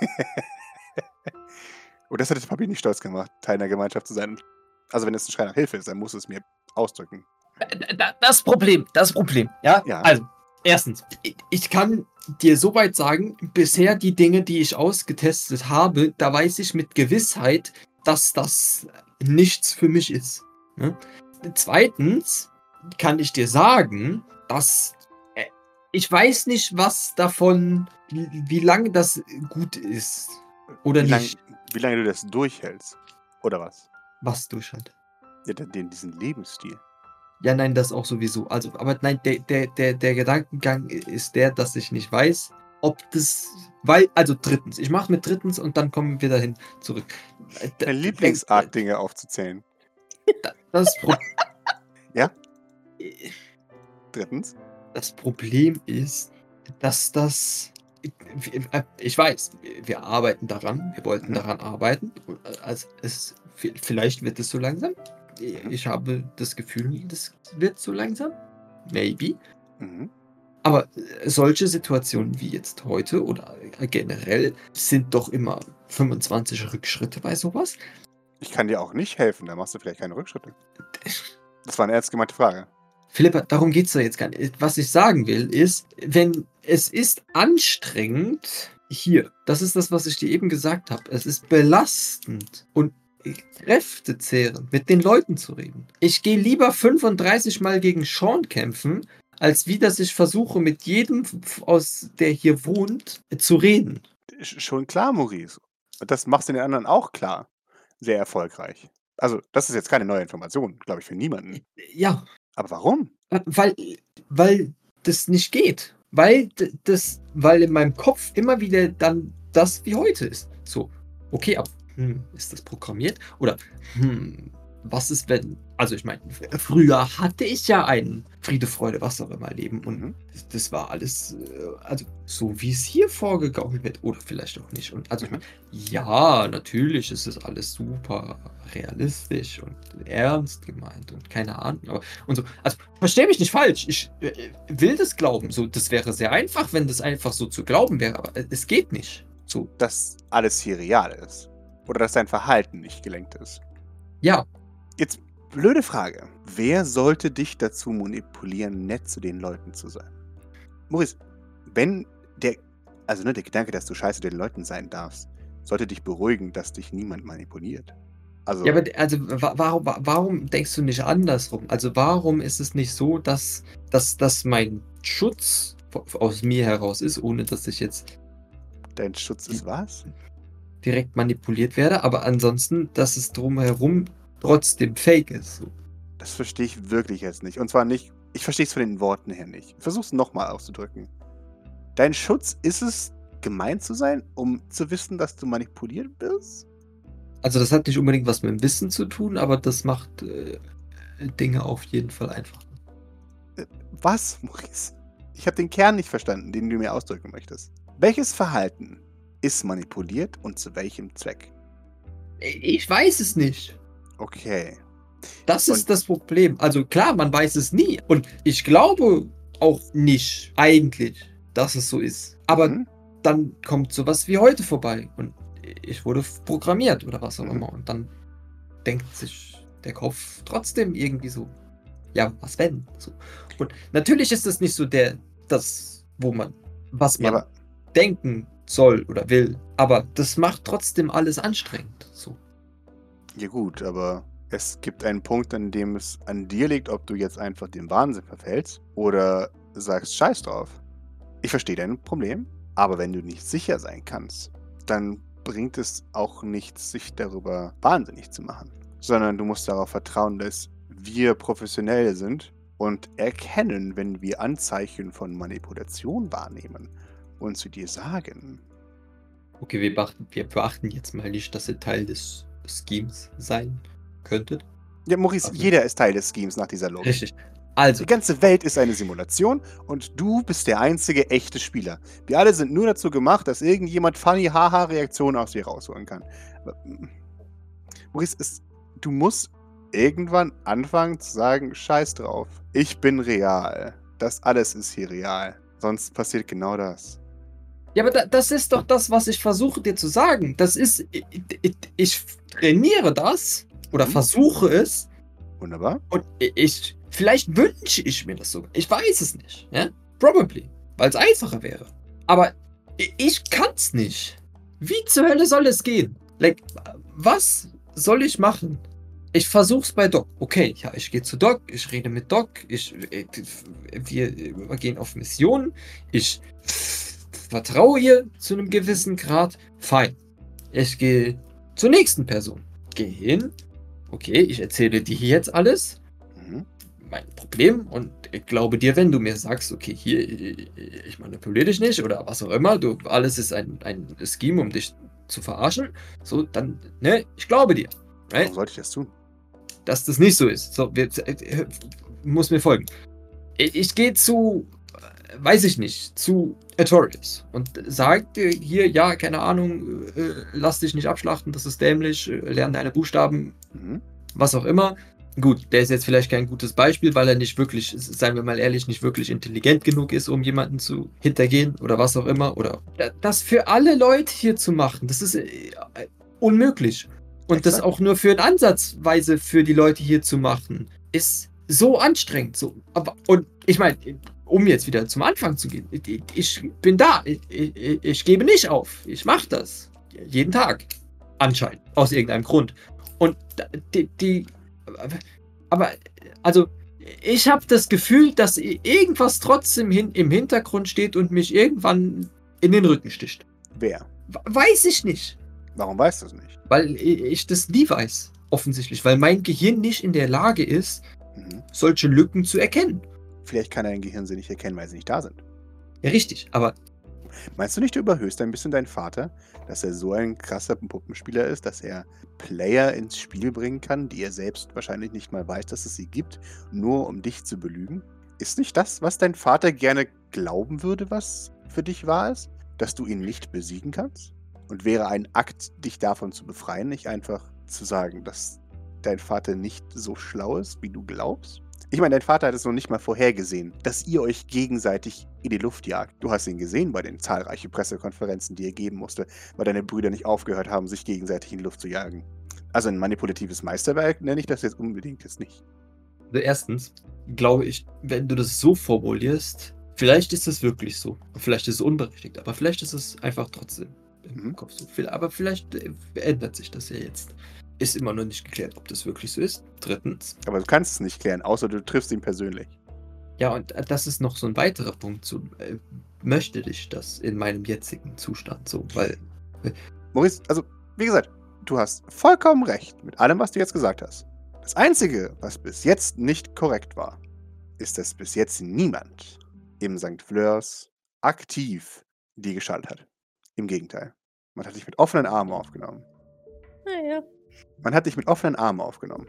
Und das hätte Papi nicht stolz gemacht, Teil einer Gemeinschaft zu sein. Also wenn es ein Schrei nach Hilfe ist, dann muss es mir ausdrücken. Das Problem, ja? Ja. Also, erstens, ich kann dir soweit sagen, bisher die Dinge, die ich ausgetestet habe, da weiß ich mit Gewissheit, dass das nichts für mich ist. Ne? Zweitens kann ich dir sagen, dass ich weiß nicht, was davon, wie lange das gut ist oder nicht. Wie lange du das durchhältst, oder was? Was durchhält? Ja, diesen Lebensstil. Ja, nein, das auch sowieso. Also, aber nein, der Gedankengang ist der, dass ich nicht weiß, ob das. Also drittens, ich mache mit drittens und dann kommen wir dahin zurück. Deine Lieblingsart, Dinge aufzuzählen. Das Ja? Drittens? Das Problem ist, dass das. Ich weiß, wir arbeiten daran, wir wollten daran arbeiten. Also vielleicht wird es so langsam. Ich habe das Gefühl, das wird so langsam. Maybe. Aber solche Situationen wie jetzt heute oder generell sind doch immer 25 Rückschritte bei sowas. Ich kann dir auch nicht helfen, da machst du vielleicht keine Rückschritte. Das war eine ernst gemeinte Frage. Philippa, darum geht es doch jetzt gar nicht. Was ich sagen will, ist, wenn es ist anstrengend, hier, das ist das, was ich dir eben gesagt habe, es ist belastend und kräftezehrend, mit den Leuten zu reden. Ich gehe lieber 35 Mal gegen Sean kämpfen, als wie dass ich versuche, mit jedem, der hier wohnt, zu reden. Schon klar, Maurice. Das machst du den anderen auch klar. Sehr erfolgreich. Also, das ist jetzt keine neue Information, glaube ich, für niemanden. Ja. Aber warum? Weil das nicht geht. Weil in meinem Kopf immer wieder dann das wie heute ist. So, okay, aber ist das programmiert? Oder was ist, wenn. Also ich meine, früher hatte ich ja ein Friede, Freude, was auch immer Leben und das war alles, also so wie es hier vorgegaukelt wird oder vielleicht auch nicht. Und also ich meine, ja, natürlich ist es alles super realistisch und ernst gemeint und keine Ahnung, aber und so. Also verstehe mich nicht falsch, ich will das glauben. So, das wäre sehr einfach, wenn das einfach so zu glauben wäre, aber es geht nicht. So. Dass alles hier real ist. Oder dass dein Verhalten nicht gelenkt ist. Ja. Jetzt blöde Frage. Wer sollte dich dazu manipulieren, nett zu den Leuten zu sein? Maurice, wenn der Gedanke, dass du scheiße den Leuten sein darfst, sollte dich beruhigen, dass dich niemand manipuliert. Also, ja, aber also, warum denkst du nicht andersrum? Also warum ist es nicht so, dass mein Schutz aus mir heraus ist, ohne dass ich jetzt dein Schutz ist was? Direkt manipuliert werde, aber ansonsten, dass es drumherum trotzdem fake ist. So. Das verstehe ich wirklich jetzt nicht. Und zwar nicht, ich verstehe es von den Worten her nicht. Versuch es nochmal auszudrücken. Dein Schutz ist es, gemein zu sein, um zu wissen, dass du manipuliert wirst? Also das hat nicht unbedingt was mit dem Wissen zu tun, aber das macht Dinge auf jeden Fall einfacher. Was, Maurice? Ich habe den Kern nicht verstanden, den du mir ausdrücken möchtest. Welches Verhalten ist manipuliert und zu welchem Zweck? Ich weiß es nicht. Okay. Das ist das Problem. Also klar, man weiß es nie. Und ich glaube auch nicht eigentlich, dass es so ist. Aber dann kommt sowas wie heute vorbei. Und ich wurde programmiert oder was auch immer. Und dann denkt sich der Kopf trotzdem irgendwie so, ja, was wenn? So. Und natürlich ist das nicht so was man denken soll oder will. Aber das macht trotzdem alles anstrengend. So. Ja gut, aber es gibt einen Punkt, an dem es an dir liegt, ob du jetzt einfach dem Wahnsinn verfällst oder sagst, scheiß drauf. Ich verstehe dein Problem, aber wenn du nicht sicher sein kannst, dann bringt es auch nichts, sich darüber wahnsinnig zu machen. Sondern du musst darauf vertrauen, dass wir professionell sind und erkennen, wenn wir Anzeichen von Manipulation wahrnehmen und zu dir sagen. Okay, wir beachten jetzt mal nicht, dass ihr Teil des Schemes sein könntet. Ja, Maurice, jeder ist Teil des Schemes nach dieser Logik. Richtig. Also. Die ganze Welt ist eine Simulation und du bist der einzige echte Spieler. Wir alle sind nur dazu gemacht, dass irgendjemand funny Haha-Reaktionen aus dir rausholen kann. Maurice, du musst irgendwann anfangen zu sagen, scheiß drauf. Ich bin real. Das alles ist hier real. Sonst passiert genau das. Ja, aber das ist doch das, was ich versuche dir zu sagen. Das ist, ich trainiere das oder versuche es. Wunderbar. Und vielleicht wünsche ich mir das sogar. Ich weiß es nicht. Ja? Probably. Weil es einfacher wäre. Aber ich kann's nicht. Wie zur Hölle soll es gehen? Like, was soll ich machen? Ich versuch's bei Doc. Okay, ja, ich gehe zu Doc, ich rede mit Doc, wir gehen auf Missionen, ich vertraue ihr zu einem gewissen Grad. Fein. Ich gehe zur nächsten Person. Gehe hin. Okay, ich erzähle dir hier jetzt alles. Mein Problem, und ich glaube dir, wenn du mir sagst, okay, hier, ich manipuliere dich nicht oder was auch immer, alles ist ein Scheme, um dich zu verarschen, so, dann, ne, ich glaube dir. Right? Warum sollte ich das tun? Dass das nicht so ist. So, muss mir folgen. Ich gehe zu, weiß ich nicht, zu Artorias und sagt hier, ja, keine Ahnung, lass dich nicht abschlachten, das ist dämlich, lern deine Buchstaben, was auch immer. Gut, der ist jetzt vielleicht kein gutes Beispiel, weil er nicht wirklich, seien wir mal ehrlich, nicht wirklich intelligent genug ist, um jemanden zu hintergehen oder was auch immer. Oder das für alle Leute hier zu machen, das ist unmöglich. Und das auch nur für eine Ansatzweise für die Leute hier zu machen, ist so anstrengend. So. Und ich meine, um jetzt wieder zum Anfang zu gehen, ich bin da, ich gebe nicht auf, ich mache das. Jeden Tag. Anscheinend. Aus irgendeinem Grund. Und aber, also, ich habe das Gefühl, dass irgendwas trotzdem im Hintergrund steht und mich irgendwann in den Rücken sticht. Wer? Weiß ich nicht. Warum weißt du es nicht? Weil ich das nie weiß, offensichtlich. Weil mein Gehirn nicht in der Lage ist, solche Lücken zu erkennen. Vielleicht kann dein Gehirn sie nicht erkennen, weil sie nicht da sind. Ja, richtig, aber... Meinst du nicht, du überhöhst ein bisschen deinen Vater, dass er so ein krasser Puppenspieler ist, dass er Player ins Spiel bringen kann, die er selbst wahrscheinlich nicht mal weiß, dass es sie gibt, nur um dich zu belügen? Ist nicht das, was dein Vater gerne glauben würde, was für dich wahr ist? Dass du ihn nicht besiegen kannst? Und wäre ein Akt, dich davon zu befreien, nicht einfach zu sagen, dass dein Vater nicht so schlau ist, wie du glaubst? Ich meine, dein Vater hat es noch nicht mal vorhergesehen, dass ihr euch gegenseitig in die Luft jagt. Du hast ihn gesehen bei den zahlreichen Pressekonferenzen, die er geben musste, weil deine Brüder nicht aufgehört haben, sich gegenseitig in die Luft zu jagen. Also ein manipulatives Meisterwerk nenne ich das jetzt unbedingt jetzt nicht. Also erstens, glaube ich, wenn du das so formulierst, vielleicht ist es wirklich so. Vielleicht ist es unberechtigt, aber vielleicht ist es einfach trotzdem im Kopf so. Aber vielleicht ändert sich das ja jetzt. Ist immer noch nicht geklärt, ob das wirklich so ist. Drittens. Aber du kannst es nicht klären, außer du triffst ihn persönlich. Ja, und das ist noch so ein weiterer Punkt. So, möchte ich das in meinem jetzigen Zustand so, weil... Maurice, also, wie gesagt, du hast vollkommen recht mit allem, was du jetzt gesagt hast. Das Einzige, was bis jetzt nicht korrekt war, ist, dass bis jetzt niemand im St. Fleurs aktiv die geschaltet hat. Im Gegenteil. Man hat dich mit offenen Armen aufgenommen. Naja. Man hat dich mit offenen Armen aufgenommen.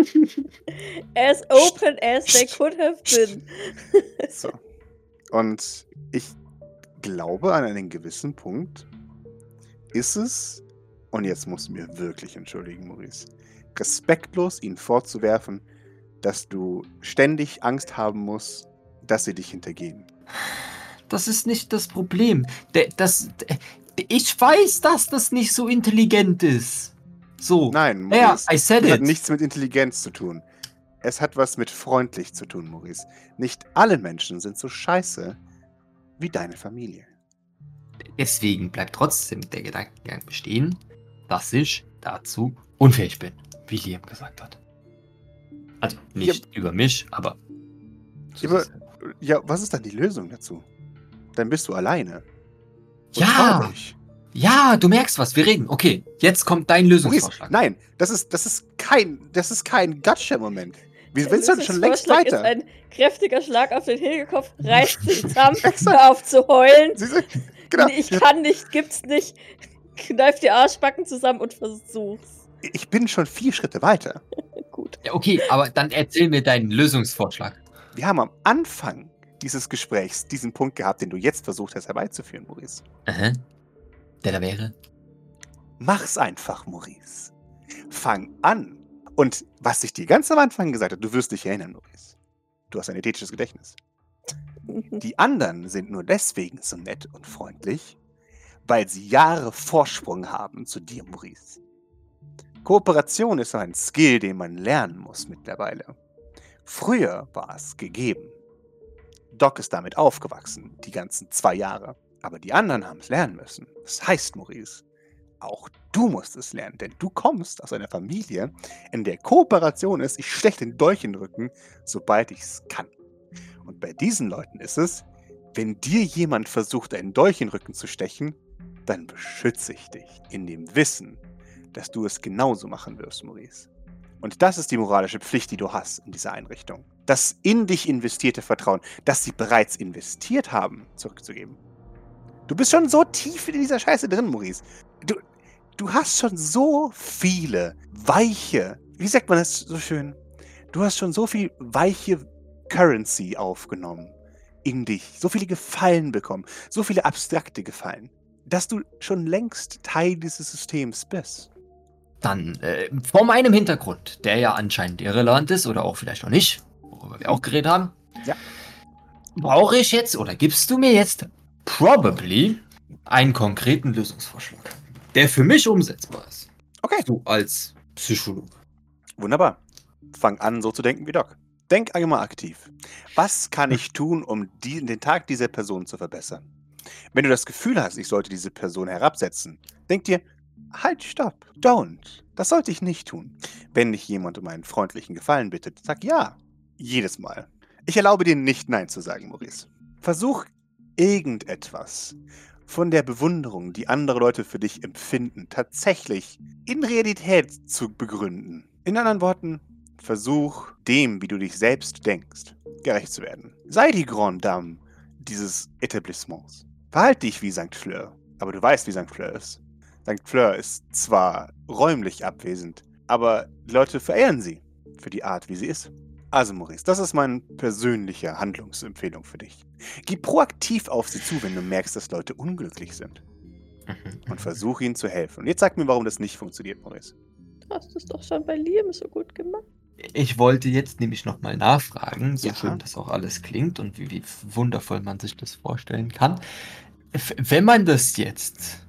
As open as they could have been. So. Und ich glaube, an einem gewissen Punkt ist es, und jetzt musst du mir wirklich entschuldigen, Maurice, respektlos, ihnen vorzuwerfen, dass du ständig Angst haben musst, dass sie dich hintergehen. Das ist nicht das Problem. Ich weiß, dass das nicht so intelligent ist. So. Nein, Maurice, I said das hat it. nichts mit Intelligenz zu tun. Es hat was mit freundlich zu tun, Maurice. Nicht alle Menschen sind so scheiße wie deine Familie. Deswegen bleibt trotzdem der Gedankengang bestehen, dass ich dazu unfähig bin, wie Liam gesagt hat. Also nicht über mich, aber... Ja, was ist dann die Lösung dazu? Dann bist du alleine. Und Ja! traurig. Ja, du merkst was, wir reden. Okay, jetzt kommt dein Lösungsvorschlag. Maurice, nein, das ist kein Gotcha-Moment. Wie willst du denn schon längst weiter? Ist ein kräftiger Schlag auf den Hinterkopf, reißt sich zusammen, hör auf zu heulen. Genau. Ich kann nicht, gibt's nicht. Kneif die Arschbacken zusammen und versuch's. Ich bin schon 4 Schritte weiter. Gut. Ja, okay, aber dann erzähl mir deinen Lösungsvorschlag. Wir haben am Anfang dieses Gesprächs diesen Punkt gehabt, den du jetzt versucht hast herbeizuführen, Maurice. Aha. Der da wäre? Mach's einfach, Maurice. Fang an. Und was ich dir ganz am Anfang gesagt habe, du wirst dich erinnern, Maurice. Du hast ein ästhetisches Gedächtnis. Die anderen sind nur deswegen so nett und freundlich, weil sie Jahre Vorsprung haben zu dir, Maurice. Kooperation ist ein Skill, den man lernen muss mittlerweile. Früher war es gegeben. Doc ist damit aufgewachsen, die ganzen 2 Jahre. Aber die anderen haben es lernen müssen. Das heißt, Maurice, auch du musst es lernen, denn du kommst aus einer Familie, in der Kooperation ist, ich steche den Dolch in den Rücken, sobald ich es kann. Und bei diesen Leuten ist es, wenn dir jemand versucht, einen Dolch in den Rücken zu stechen, dann beschütze ich dich in dem Wissen, dass du es genauso machen wirst, Maurice. Und das ist die moralische Pflicht, die du hast in dieser Einrichtung. Das in dich investierte Vertrauen, das sie bereits investiert haben, zurückzugeben. Du bist schon so tief in dieser Scheiße drin, Maurice. Du hast schon so viele weiche, wie sagt man das so schön? Du hast schon so viel weiche Currency aufgenommen in dich. So viele Gefallen bekommen. So viele abstrakte Gefallen. Dass du schon längst Teil dieses Systems bist. Dann, vor meinem Hintergrund, der ja anscheinend irrelevant ist oder auch vielleicht noch nicht, worüber wir auch geredet haben, Ja. brauche ich jetzt oder gibst du mir jetzt probably einen konkreten Lösungsvorschlag, der für mich umsetzbar ist. Okay. Du als Psychologe. Wunderbar. Fang an, so zu denken wie Doc. Denk einmal aktiv. Was kann ich tun, um den Tag dieser Person zu verbessern? Wenn du das Gefühl hast, ich sollte diese Person herabsetzen, denk dir, halt, stopp, don't. Das sollte ich nicht tun. Wenn dich jemand um einen freundlichen Gefallen bittet, sag ja. Jedes Mal. Ich erlaube dir nicht Nein zu sagen, Maurice. Versuch irgendetwas von der Bewunderung, die andere Leute für dich empfinden, tatsächlich in Realität zu begründen. In anderen Worten, versuch dem, wie du dich selbst denkst, gerecht zu werden. Sei die Grande Dame dieses Etablissements. Verhalte dich wie St. Fleur, aber du weißt, wie St. Fleur ist. St. Fleur ist zwar räumlich abwesend, aber die Leute verehren sie für die Art, wie sie ist. Also Maurice, das ist meine persönliche Handlungsempfehlung für dich. Geh proaktiv auf sie zu, wenn du merkst, dass Leute unglücklich sind. Und versuch ihnen zu helfen. Und jetzt sag mir, warum das nicht funktioniert, Maurice. Du hast es doch schon bei Liam so gut gemacht. Ich wollte jetzt nämlich nochmal nachfragen, so Ja. schön das auch alles klingt und wie wundervoll man sich das vorstellen kann. Wenn man das jetzt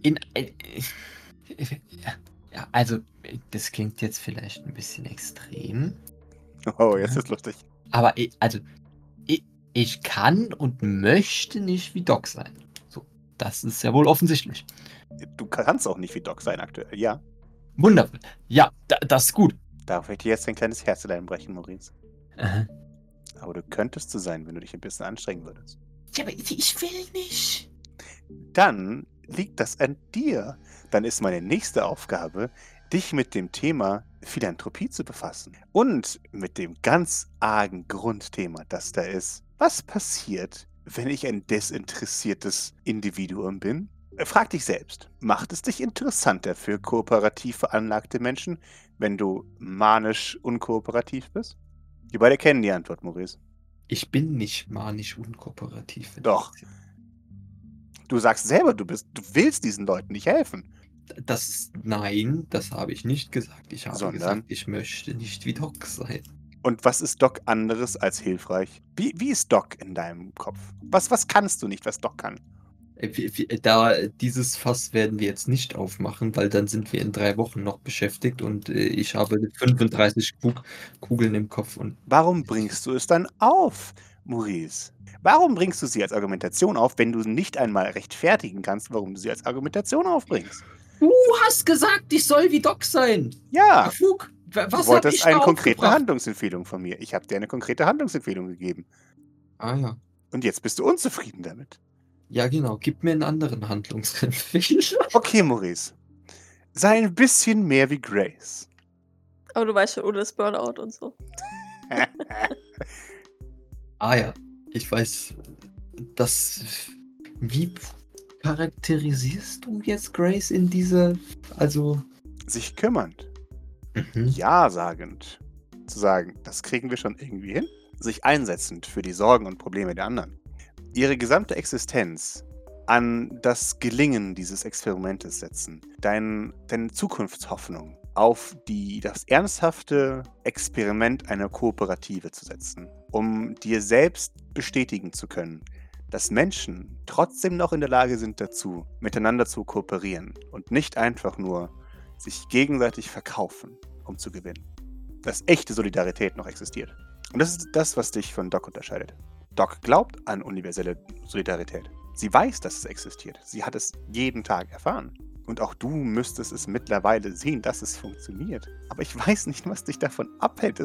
ja, also das klingt jetzt vielleicht ein bisschen extrem, Oh, jetzt ist lustig. aber ich kann und möchte nicht wie Doc sein. So, das ist ja wohl offensichtlich. Du kannst auch nicht wie Doc sein aktuell, ja. Wundervoll. Ja, das ist gut. Darf ich dir jetzt ein kleines Herzlein brechen, Maurice? Aha. Aber du könntest so sein, wenn du dich ein bisschen anstrengen würdest. Ja, aber ich will nicht. Dann liegt das an dir. Dann ist meine nächste Aufgabe, dich mit dem Thema Philanthropie zu befassen. Und mit dem ganz argen Grundthema, das da ist. Was passiert, wenn ich ein desinteressiertes Individuum bin? Frag dich selbst, macht es dich interessanter für kooperativ veranlagte Menschen, wenn du manisch unkooperativ bist? Wir beide kennen die Antwort, Maurice. Ich bin nicht manisch unkooperativ. Doch. Du sagst selber, du willst diesen Leuten nicht helfen. Nein, das habe ich nicht gesagt. Ich habe Sondern? gesagt, ich möchte nicht wie Doc sein. Und was ist Doc anderes als hilfreich? Wie ist Doc in deinem Kopf? Was kannst du nicht, was Doc kann? Dieses Fass werden wir jetzt nicht aufmachen, weil dann sind wir in 3 Wochen noch beschäftigt und ich habe 35 Kugeln im Kopf. Und Warum bringst du es dann auf, Maurice? Warum bringst du sie als Argumentation auf, wenn du nicht einmal rechtfertigen kannst, warum du sie als Argumentation aufbringst? du hast gesagt, ich soll wie Doc sein. Ja, Flug. du Was habe wolltest ich eine da konkrete aufgebracht? Handlungsempfehlung von mir. Ich habe dir eine konkrete Handlungsempfehlung gegeben. Ah ja. Und jetzt bist du unzufrieden damit. Ja, genau. Gib mir einen anderen Handlungsempfehlung. Okay, Maurice. Sei ein bisschen mehr wie Grace. Aber du weißt schon, ohne das Burnout und so. Ah ja. Ich weiß, wie charakterisierst du jetzt Grace in diese, also... Sich kümmernd. Mhm. Ja sagend. Zu sagen, das kriegen wir schon irgendwie hin. Sich einsetzend für die Sorgen und Probleme der anderen. Ihre gesamte Existenz an das Gelingen dieses Experimentes setzen. Deine Zukunftshoffnung auf das ernsthafte Experiment einer Kooperative zu setzen, um dir selbst bestätigen zu können, dass Menschen trotzdem noch in der Lage sind dazu, miteinander zu kooperieren und nicht einfach nur sich gegenseitig verkaufen, um zu gewinnen. Dass echte Solidarität noch existiert. Und das ist das, was dich von Doc unterscheidet. Doc glaubt an universelle Solidarität. Sie weiß, dass es existiert. Sie hat es jeden Tag erfahren. Und auch du müsstest es mittlerweile sehen, dass es funktioniert. Aber ich weiß nicht, was dich davon abhält,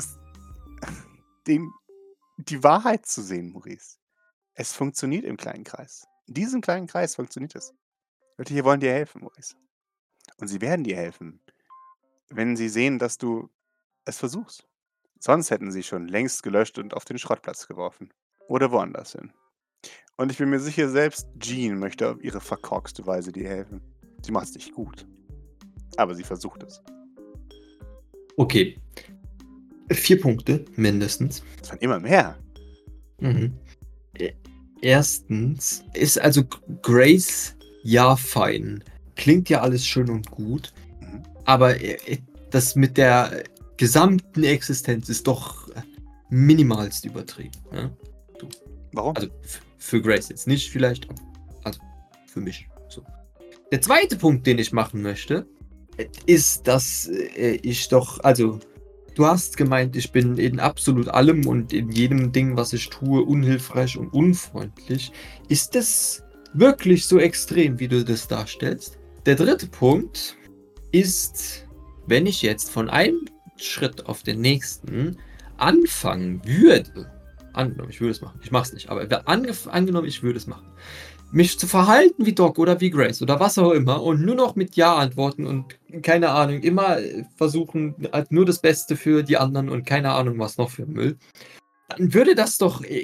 die Wahrheit zu sehen, Maurice. Es funktioniert im kleinen Kreis. In diesem kleinen Kreis funktioniert es. Leute hier wollen dir helfen, Maurice. Und sie werden dir helfen, wenn sie sehen, dass du es versuchst. Sonst hätten sie schon längst gelöscht und auf den Schrottplatz geworfen. Oder woanders hin. Und ich bin mir sicher, selbst Jean möchte auf ihre verkorkste Weise dir helfen. Sie macht es nicht gut. Aber sie versucht es. Okay. 4 Punkte, mindestens. Es waren immer mehr. Mhm. Erstens ist also Grace ja fein. Klingt ja alles schön und gut. Mhm. Aber das mit der gesamten Existenz ist doch minimalst übertrieben. Ne? Warum? Also für Grace jetzt nicht vielleicht, aber also für mich. So. Der zweite Punkt, den ich machen möchte, ist, dass ich doch, also du hast gemeint, ich bin in absolut allem und in jedem Ding, was ich tue, unhilfreich und unfreundlich. Ist das wirklich so extrem, wie du das darstellst? Der dritte Punkt ist, wenn ich jetzt von einem Schritt auf den nächsten anfangen würde, angenommen, ich würde es machen, ich mache es nicht, aber angenommen, ich würde es machen, mich zu verhalten wie Doc oder wie Grace oder was auch immer und nur noch mit Ja antworten und keine Ahnung, immer versuchen, nur das Beste für die anderen und keine Ahnung, was noch für Müll, dann würde das doch zu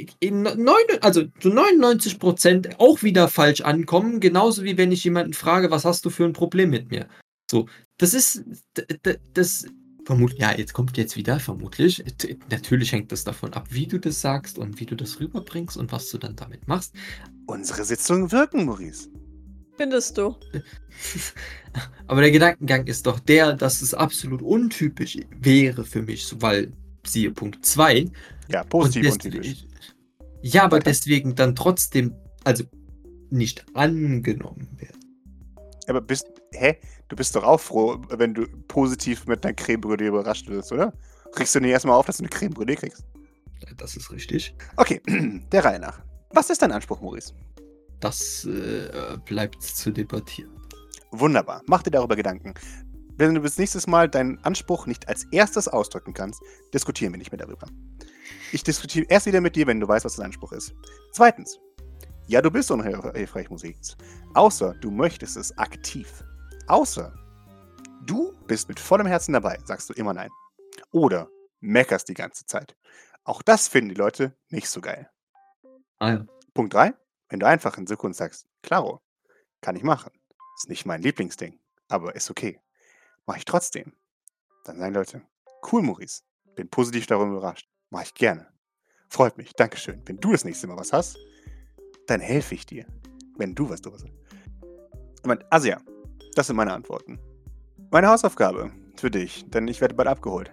99% auch wieder falsch ankommen, genauso wie wenn ich jemanden frage, was hast du für ein Problem mit mir? So, das ist, das vermutlich, ja, jetzt kommt wieder, vermutlich. Natürlich hängt das davon ab, wie du das sagst und wie du das rüberbringst und was du dann damit machst. Unsere Sitzungen wirken, Maurice. Findest du? Aber der Gedankengang ist doch der, dass es absolut untypisch wäre für mich, weil, siehe Punkt 2. Ja, positiv untypisch. Ja, aber deswegen dann trotzdem, also nicht angenommen werden. Aber du bist doch auch froh, wenn du positiv mit einer Creme Brûlée überrascht wirst, oder? Kriegst du nicht erstmal auf, dass du eine Creme Brûlée kriegst? Das ist richtig. Okay, der Reihe nach. Was ist dein Anspruch, Maurice? Das bleibt zu debattieren. Wunderbar. Mach dir darüber Gedanken. Wenn du bis nächstes Mal deinen Anspruch nicht als erstes ausdrücken kannst, diskutieren wir nicht mehr darüber. Ich diskutiere erst wieder mit dir, wenn du weißt, was dein Anspruch ist. Zweitens. Ja, du bist unhilfreich, Maurice. Außer du möchtest es aktiv. Außer du bist mit vollem Herzen dabei, sagst du immer nein. Oder meckerst die ganze Zeit. Auch das finden die Leute nicht so geil. Ah ja. Punkt 3. Wenn du einfach in Sekunde sagst, klaro, kann ich machen. Ist nicht mein Lieblingsding, aber ist okay. Mach ich trotzdem. Dann sagen Leute, cool, Maurice. Bin positiv darüber überrascht. Mach ich gerne. Freut mich, dankeschön. Wenn du das nächste Mal was hast, dann helfe ich dir. Wenn du was drüber sagst. Also ja, das sind meine Antworten. Meine Hausaufgabe für dich, denn ich werde bald abgeholt.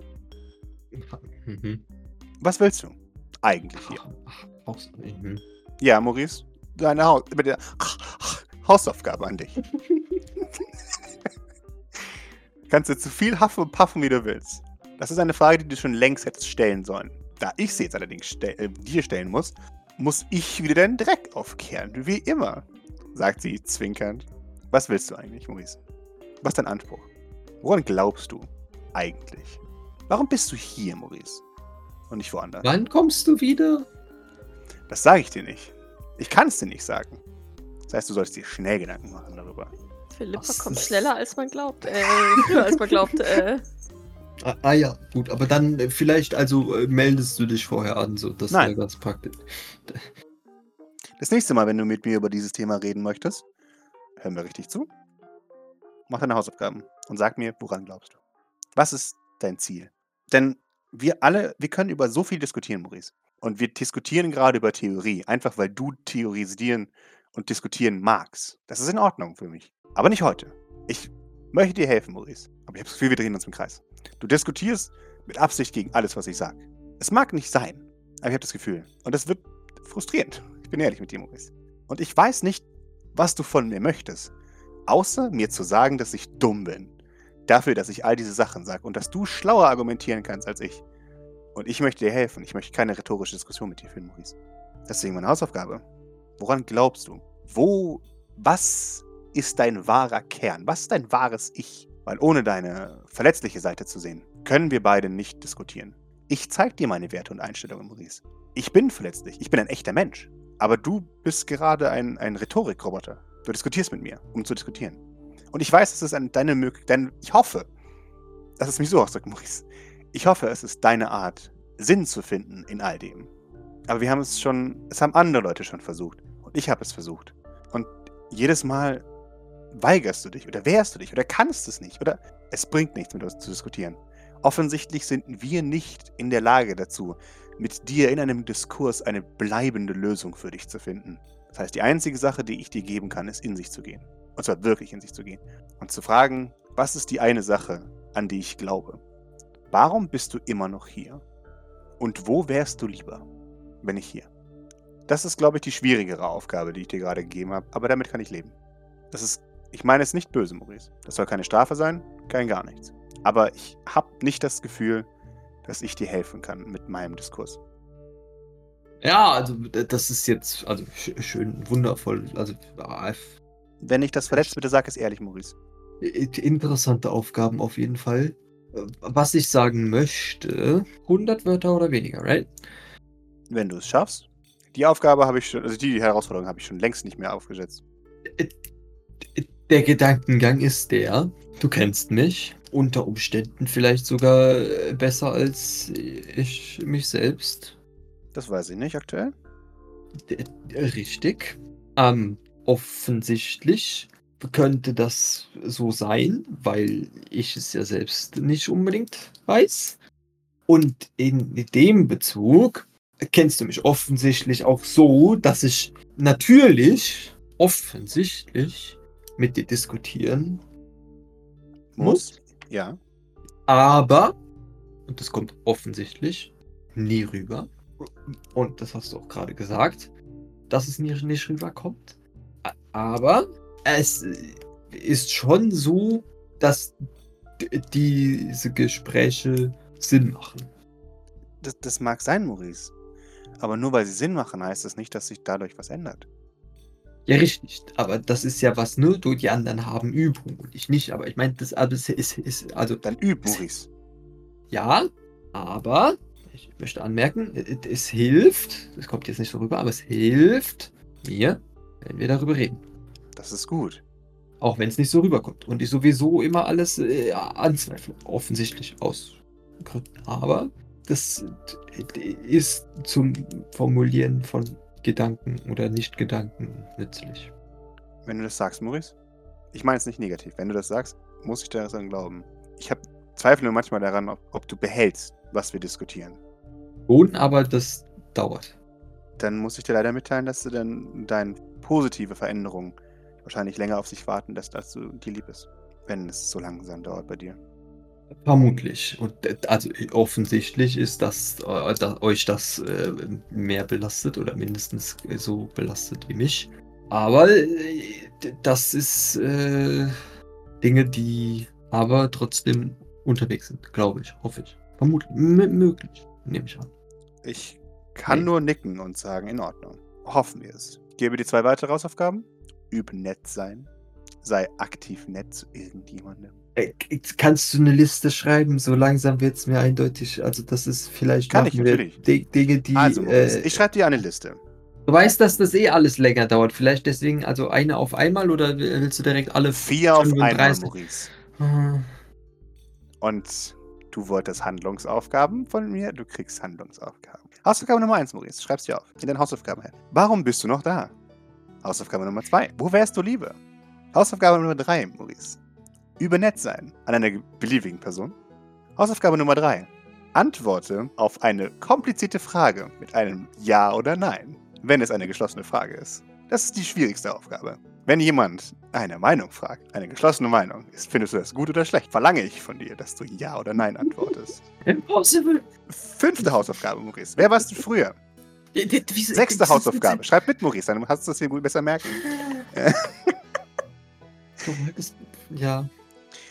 Mhm. Was willst du eigentlich hier? Mhm. Ja, Maurice, deine Hausaufgabe an dich. Kannst du zu viel haffen und paffen, wie du willst. Das ist eine Frage, die du schon längst hättest stellen sollen. Da ich sie jetzt allerdings dir stellen muss ich wieder deinen Dreck aufkehren, wie immer, sagt sie zwinkernd. Was willst du eigentlich, Maurice? Was ist dein Anspruch? Woran glaubst du eigentlich? Warum bist du hier, Maurice? Und nicht woanders? Wann kommst du wieder? Das sage ich dir nicht. Ich kann es dir nicht sagen. Das heißt, du sollst dir schnell Gedanken machen darüber. Philippa kommt schneller, als man glaubt. Früher, als man glaubt. Ja, gut, aber dann vielleicht, meldest du dich vorher an, so, das wäre ganz praktisch. Das nächste Mal, wenn du mit mir über dieses Thema reden möchtest, hören wir richtig zu. Mach deine Hausaufgaben und sag mir, woran glaubst du? Was ist dein Ziel? Denn wir können über so viel diskutieren, Maurice. Und wir diskutieren gerade über Theorie, einfach weil du theorisieren und diskutieren magst. Das ist in Ordnung für mich. Aber nicht heute. Ich möchte dir helfen, Maurice. Aber ich habe das Gefühl, wir drehen uns im Kreis. Du diskutierst mit Absicht gegen alles, was ich sage. Es mag nicht sein, aber ich habe das Gefühl. Und das wird frustrierend. Ich bin ehrlich mit dir, Maurice. Und ich weiß nicht, was du von mir möchtest. Außer mir zu sagen, dass ich dumm bin. Dafür, dass ich all diese Sachen sage. Und dass du schlauer argumentieren kannst als ich. Und ich möchte dir helfen. Ich möchte keine rhetorische Diskussion mit dir führen, Maurice. Deswegen meine Hausaufgabe. Woran glaubst du? Was ist dein wahrer Kern? Was ist dein wahres Ich? Weil ohne deine verletzliche Seite zu sehen, können wir beide nicht diskutieren. Ich zeig dir meine Werte und Einstellungen, Maurice. Ich bin verletzlich. Ich bin ein echter Mensch. Aber du bist gerade ein Rhetorikroboter. Du diskutierst mit mir, um zu diskutieren. Und ich weiß, es ist deine Möglichkeit, ich hoffe, lass es mich so ausdrücken, Maurice. Ich hoffe, es ist deine Art, Sinn zu finden in all dem. Aber es haben andere Leute schon versucht. Und ich habe es versucht. Und jedes Mal weigerst du dich oder wehrst du dich oder kannst es nicht oder es bringt nichts, mit uns zu diskutieren. Offensichtlich sind wir nicht in der Lage dazu, mit dir in einem Diskurs eine bleibende Lösung für dich zu finden. Das heißt, die einzige Sache, die ich dir geben kann, ist, in sich zu gehen. Und zwar wirklich in sich zu gehen. Und zu fragen, was ist die eine Sache, an die ich glaube? Warum bist du immer noch hier? Und wo wärst du lieber, wenn ich hier? Das ist, glaube ich, die schwierigere Aufgabe, die ich dir gerade gegeben habe. Aber damit kann ich leben. Ich meine es nicht böse, Maurice. Das soll keine Strafe sein, kein gar nichts. Aber ich habe nicht das Gefühl, dass ich dir helfen kann mit meinem Diskurs. Ja, also das ist jetzt schön, wundervoll. Wenn ich das verletzt, bitte sag es ehrlich, Maurice. Interessante Aufgaben auf jeden Fall. Was ich sagen möchte, 100 Wörter oder weniger, right? Wenn du es schaffst. Die Aufgabe habe ich schon, also die Herausforderung habe ich schon längst nicht mehr aufgesetzt. Der Gedankengang ist du kennst mich, unter Umständen vielleicht sogar besser als ich mich selbst. Das weiß ich nicht aktuell. Richtig. Offensichtlich könnte das so sein, weil ich es ja selbst nicht unbedingt weiß. Und in dem Bezug kennst du mich offensichtlich auch so, dass ich natürlich offensichtlich mit dir diskutieren muss. Ja. Aber, und das kommt offensichtlich nie rüber, und das hast du auch gerade gesagt, dass es nicht rüberkommt. Aber es ist schon so, dass diese Gespräche Sinn machen. Das mag sein, Maurice. Aber nur weil sie Sinn machen, heißt das nicht, dass sich dadurch was ändert. Ja, richtig. Aber das ist ja was, nur du, die anderen haben Übung und ich nicht. Aber ich meine, das alles ist also. Dann üb, Maurice. Ja, aber ich möchte anmerken, es hilft, das kommt jetzt nicht so rüber, aber es hilft mir, wenn wir darüber reden. Das ist gut. Auch wenn es nicht so rüberkommt und ich sowieso immer alles anzweifle, offensichtlich aus Gründen. Aber das ist zum Formulieren von Gedanken oder Nicht-Gedanken nützlich. Wenn du das sagst, Maurice, ich meine es nicht negativ. Wenn du das sagst, muss ich daran glauben. Ich habe Zweifel nur manchmal daran, ob du behältst, was wir diskutieren. Schon, aber das dauert. Dann muss ich dir leider mitteilen, dass du dann deine positive Veränderung wahrscheinlich länger auf sich warten lässt, als du dir lieb ist. Wenn es so langsam dauert bei dir. Vermutlich. Und also offensichtlich ist dass euch das mehr belastet oder mindestens so belastet wie mich. Aber das ist Dinge, die aber trotzdem unterwegs sind, glaube ich, hoffe ich. Vermutlich, möglich, nehme ich an. Ich kann nur nicken und sagen, in Ordnung. Hoffen wir es. Ich gebe dir 2 weitere Hausaufgaben. Üb nett sein. Sei aktiv nett zu irgendjemandem. Kannst du eine Liste schreiben? So langsam wird es mir eindeutig. Also das ist vielleicht kann ich natürlich. Dinge, die... Also, ich schreibe dir eine Liste. Du weißt, dass das alles länger dauert. Vielleicht deswegen also eine auf einmal oder willst du direkt alle 4 auf 35? einmal, Maurice. Und du wolltest Handlungsaufgaben von mir, du kriegst Handlungsaufgaben. Hausaufgabe Nummer 1, Maurice, schreib's dir auf. In dein Hausaufgabenheft. Warum bist du noch da? Hausaufgabe Nummer 2. Wo wärst du lieber? Hausaufgabe Nummer 3, Maurice. Übe nett sein an einer beliebigen Person. Hausaufgabe Nummer 3. Antworte auf eine komplizierte Frage mit einem Ja oder Nein, wenn es eine geschlossene Frage ist. Das ist die schwierigste Aufgabe. Wenn jemand eine Meinung fragt, eine geschlossene Meinung, findest du das gut oder schlecht, verlange ich von dir, dass du Ja oder Nein antwortest. Impossible. 5. Hausaufgabe, Maurice. Wer warst du früher? 6. Hausaufgabe. Schreib mit, Maurice, dann hast du das hier gut besser merken. Ja.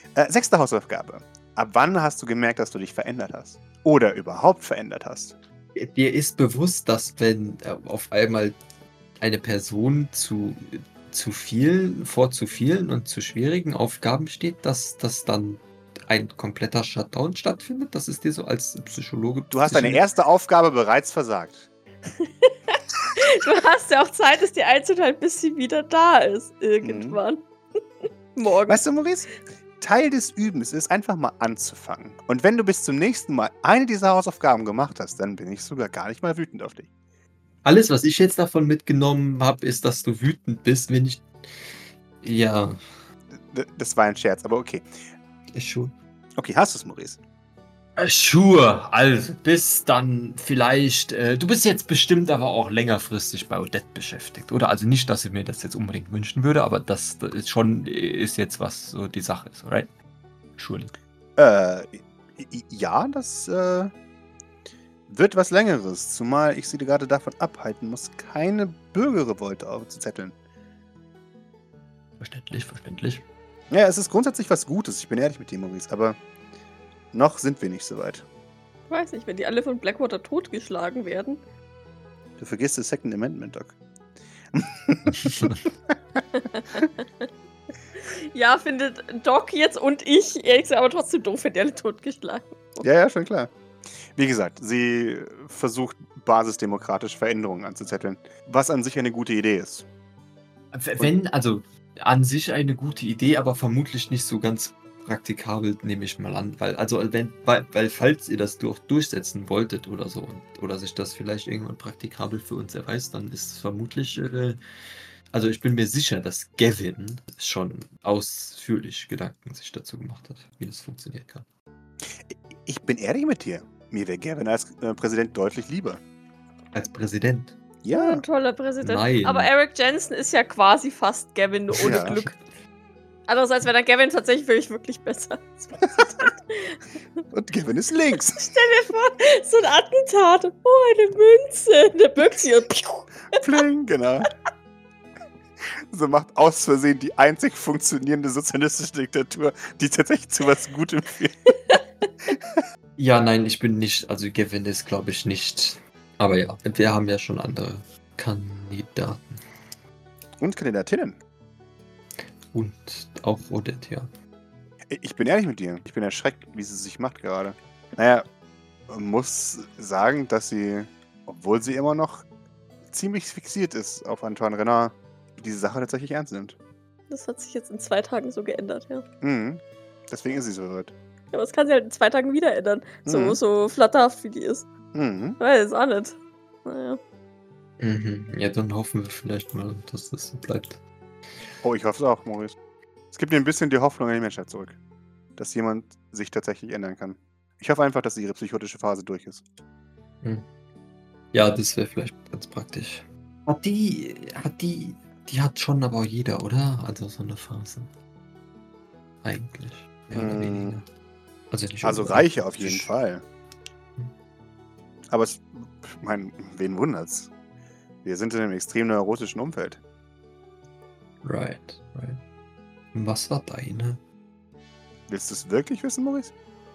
6. Hausaufgabe. Ab wann hast du gemerkt, dass du dich verändert hast? Oder überhaupt verändert hast? Dir ist bewusst, dass wenn auf einmal eine Person zu vielen und zu schwierigen Aufgaben steht, dass dann ein kompletter Shutdown stattfindet? Das ist dir so als Psychologe... Du hast deine erste Aufgabe bereits versagt. Du hast ja auch Zeit, es dir einzuteilen, bis sie wieder da ist. Irgendwann. Morgen. Weißt du, Maurice? Teil des Übens ist einfach mal anzufangen. Und wenn du bis zum nächsten Mal eine dieser Hausaufgaben gemacht hast, dann bin ich sogar gar nicht mal wütend auf dich. Alles, was ich jetzt davon mitgenommen habe, ist, dass du wütend bist, wenn ich... Ja. Das war ein Scherz, aber okay. Ist schon. Okay, hast du es, Maurice? Sure, also bis dann vielleicht. Du bist jetzt bestimmt aber auch längerfristig bei Odette beschäftigt, oder? Also nicht, dass ich mir das jetzt unbedingt wünschen würde, aber das ist schon ist jetzt, was so die Sache ist, right? Surely. Ja, das wird was Längeres, zumal ich sie gerade davon abhalten muss, keine Bürgerrevolte aufzuzetteln. Verständlich. Ja, es ist grundsätzlich was Gutes, ich bin ehrlich mit dir, Maurice, aber noch sind wir nicht so weit. Ich weiß nicht, wenn die alle von Blackwater totgeschlagen werden. Du vergisst das Second Amendment, Doc. Ja, findet Doc jetzt und ich, ehrlich gesagt, aber trotzdem doof, wenn die alle totgeschlagen werden. Ja, schon klar. Wie gesagt, sie versucht basisdemokratisch Veränderungen anzuzetteln, was an sich eine gute Idee ist. Also an sich eine gute Idee, aber vermutlich nicht so ganz praktikabel, nehme ich mal an. Weil falls ihr das durchsetzen wolltet oder so, oder sich das vielleicht irgendwann praktikabel für uns erweist, dann ist es vermutlich, also ich bin mir sicher, dass Gavin schon ausführlich Gedanken sich dazu gemacht hat, wie das funktionieren kann. Ich bin ehrlich mit dir. Mir wäre Gavin als Präsident deutlich lieber. Als Präsident? Ja. Ein toller Präsident. Nein. Aber Eric Jensen ist ja quasi fast Gavin, nur ohne Glück. Andererseits wäre dann Gavin tatsächlich wirklich besser. Und Gavin ist links. Stell dir vor, so ein Attentat. Oh, eine Münze. Der birgt sie und Pling, genau. So macht aus Versehen die einzig funktionierende sozialistische Diktatur, die tatsächlich zu was Gutem führt. Ja, nein, ich bin nicht, also Gavin ist, glaube ich, nicht. Aber ja, wir haben ja schon andere Kandidaten. Und Kandidatinnen. Und auch Odette, ja. Ich bin ehrlich mit dir. Ich bin erschreckt, wie sie sich macht gerade. Naja, man muss sagen, dass sie, obwohl sie immer noch ziemlich fixiert ist auf Antoine Renard, diese Sache tatsächlich ernst nimmt. Das hat sich jetzt in 2 Tagen so geändert, ja. Mhm. Deswegen ist sie so weit. Aber das kann sie halt in 2 Tagen wieder ändern. So flatterhaft wie die ist. Mhm. Weiß auch nicht. Naja. Ja, dann hoffen wir vielleicht mal, dass das so bleibt. Oh, ich hoffe es auch, Maurice. Es gibt mir ein bisschen die Hoffnung an die Menschheit zurück. Dass jemand sich tatsächlich ändern kann. Ich hoffe einfach, dass ihre psychotische Phase durch ist. Ja, das wäre vielleicht ganz praktisch. Die hat schon aber auch jeder, oder? Also so eine Phase. Eigentlich. Mehr oder weniger. Also, nicht Reiche auf jeden Fall. Aber ich meine, wen wundert's? Wir sind in einem extrem neurotischen Umfeld. Right. Was war deine? Willst du es wirklich wissen, Maurice?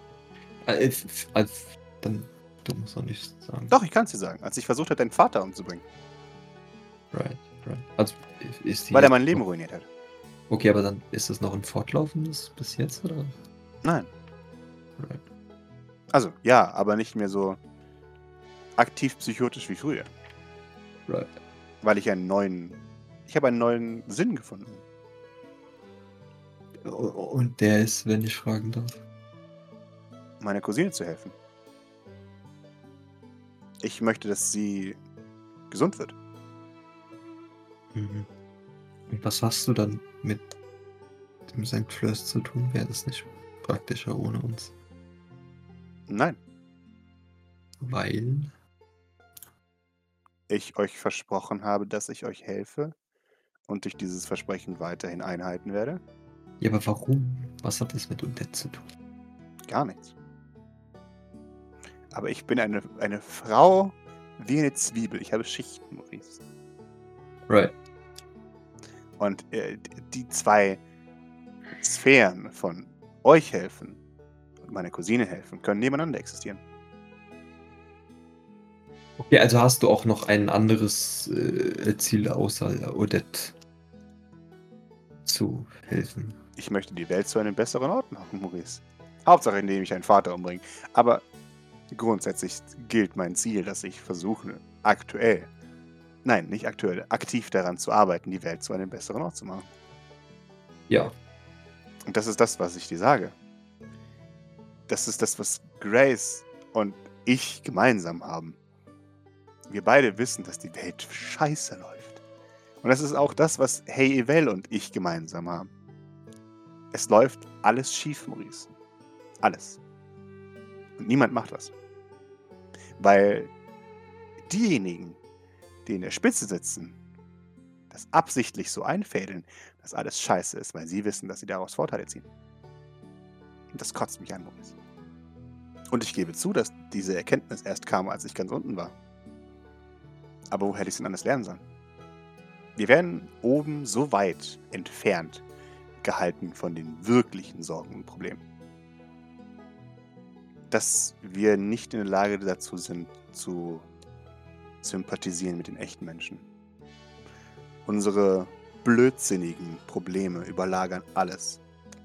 Dann, du musst doch nichts sagen. Doch, ich kann es dir sagen. Als ich versucht habe, deinen Vater umzubringen. Right. Also, ist weil er mein Leben ruiniert hat. Okay, aber dann ist es noch ein fortlaufendes bis jetzt, oder? Nein. Right. Also, ja, aber nicht mehr so aktiv psychotisch wie früher. Right. Weil ich habe einen neuen Sinn gefunden. Und der ist, wenn ich fragen darf? Meiner Cousine zu helfen. Ich möchte, dass sie gesund wird. Mhm. Und was hast du dann mit dem St. Fleurs zu tun? Wäre das nicht praktischer ohne uns? Nein. Weil? Ich euch versprochen habe, dass ich euch helfe und ich dieses Versprechen weiterhin einhalten werde. Ja, aber warum? Was hat das mit Odette zu tun? Gar nichts. Aber ich bin eine Frau wie eine Zwiebel. Ich habe Schichten, Maurice. Right. Und die 2 Sphären von euch helfen und meiner Cousine helfen, können nebeneinander existieren. Okay, also hast du auch noch ein anderes Ziel außer Odette zu helfen? Ich möchte die Welt zu einem besseren Ort machen, Maurice. Hauptsache, indem ich einen Vater umbringe. Aber grundsätzlich gilt mein Ziel, dass ich versuche, aktiv daran zu arbeiten, die Welt zu einem besseren Ort zu machen. Ja. Und das ist das, was ich dir sage. Das ist das, was Grace und ich gemeinsam haben. Wir beide wissen, dass die Welt scheiße läuft. Und das ist auch das, was Hey Evel und ich gemeinsam haben. Es läuft alles schief, Maurice. Alles. Und niemand macht was. Weil diejenigen, die in der Spitze sitzen, das absichtlich so einfädeln, dass alles scheiße ist, weil sie wissen, dass sie daraus Vorteile ziehen. Und das kotzt mich an, Maurice. Und ich gebe zu, dass diese Erkenntnis erst kam, als ich ganz unten war. Aber wo hätte ich es denn anders lernen sollen? Wir werden oben so weit entfernt gehalten von den wirklichen Sorgen und Problemen, dass wir nicht in der Lage dazu sind, zu sympathisieren mit den echten Menschen. Unsere blödsinnigen Probleme überlagern alles.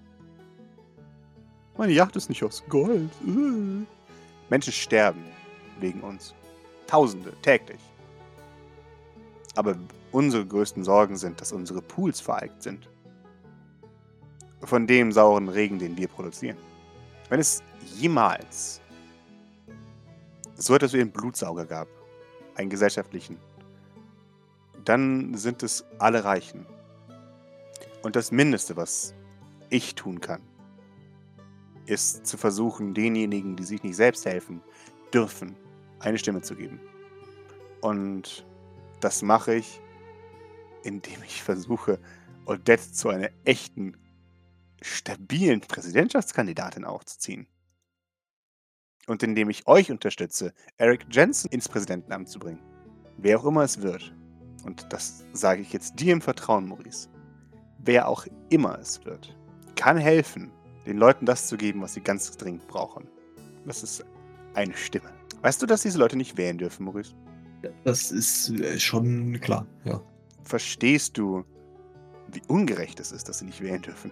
Meine Yacht ist nicht aus Gold. Menschen sterben wegen uns. Tausende, täglich. Aber unsere größten Sorgen sind, dass unsere Pools vereist sind. Von dem sauren Regen, den wir produzieren. Wenn es jemals so etwas wie einen Blutsauger gab, einen gesellschaftlichen, dann sind es alle Reichen. Und das Mindeste, was ich tun kann, ist zu versuchen, denjenigen, die sich nicht selbst helfen dürfen, eine Stimme zu geben. Und das mache ich, indem ich versuche, Odette zu einer echten, stabilen Präsidentschaftskandidatin aufzuziehen. Und indem ich euch unterstütze, Eric Jensen ins Präsidentenamt zu bringen. Wer auch immer es wird. Und das sage ich jetzt dir im Vertrauen, Maurice. Wer auch immer es wird, kann helfen, den Leuten das zu geben, was sie ganz dringend brauchen. Das ist eine Stimme. Weißt du, dass diese Leute nicht wählen dürfen, Maurice? Das ist schon klar, ja. Verstehst du, wie ungerecht es ist, dass sie nicht wählen dürfen?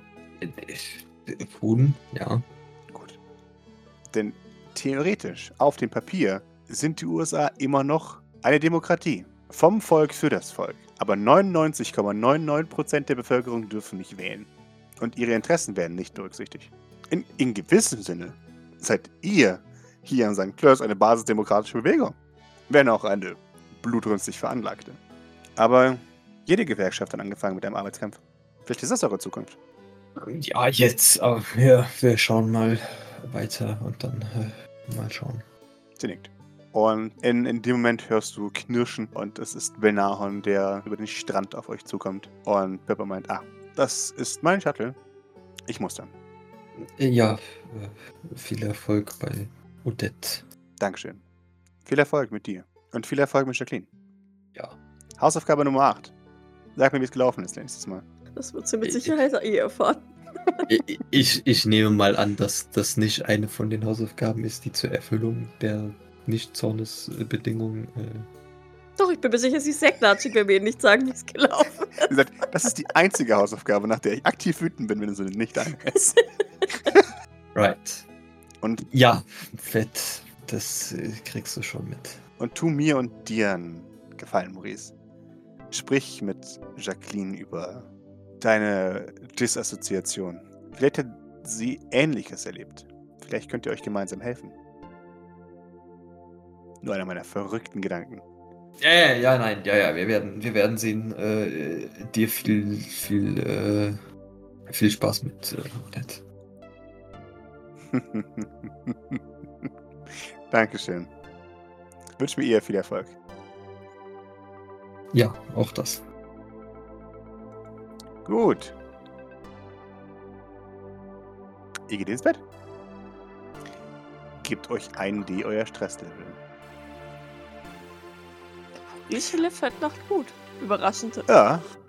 Ja. Gut. Denn theoretisch, auf dem Papier, sind die USA immer noch eine Demokratie. Vom Volk für das Volk. Aber 99,99% der Bevölkerung dürfen nicht wählen. Und ihre Interessen werden nicht berücksichtigt. In gewissem Sinne seid ihr hier an St. Clairs eine basisdemokratische Bewegung. Wenn auch eine blutrünstig veranlagte. Aber jede Gewerkschaft hat angefangen mit einem Arbeitskampf. Vielleicht ist das eure Zukunft. Ja, jetzt, aber wir schauen mal weiter und dann mal schauen. Sie nickt. Und in dem Moment hörst du Knirschen und es ist Benahon, der über den Strand auf euch zukommt. Und Pepper meint, das ist mein Shuttle. Ich muss dann. Ja, viel Erfolg bei Odette. Dankeschön. Viel Erfolg mit dir. Und viel Erfolg mit Jacqueline. Ja. Hausaufgabe Nummer 8. Sag mir, wie es gelaufen ist nächstes Mal. Das wird sie mit Sicherheit erfahren. Ich nehme mal an, dass das nicht eine von den Hausaufgaben ist, die zur Erfüllung der Nicht-Zornes-Bedingungen. Doch, ich bin mir sicher, sie ist sehr knatschig, wenn wir ihnen nicht sagen, wie es gelaufen ist. Sie sagt, das ist die einzige Hausaufgabe, nach der ich aktiv wütend bin, wenn du sie nicht einhältst. Right. Und ja, fett. Das kriegst du schon mit. Und tu mir und dir einen Gefallen, Maurice. Sprich mit Jacqueline über deine Disassoziation. Vielleicht hat sie Ähnliches erlebt. Vielleicht könnt ihr euch gemeinsam helfen. Nur einer meiner verrückten Gedanken. Ja, nein, wir werden sehen. Dir viel Spaß mit Odette. Dankeschön. Wünsche mir ihr viel Erfolg. Ja, auch das. Gut. Ihr geht ins Bett. Gebt euch 1D euer Stresslevel. Die schläft heute Nacht gut. Überraschend. Ja,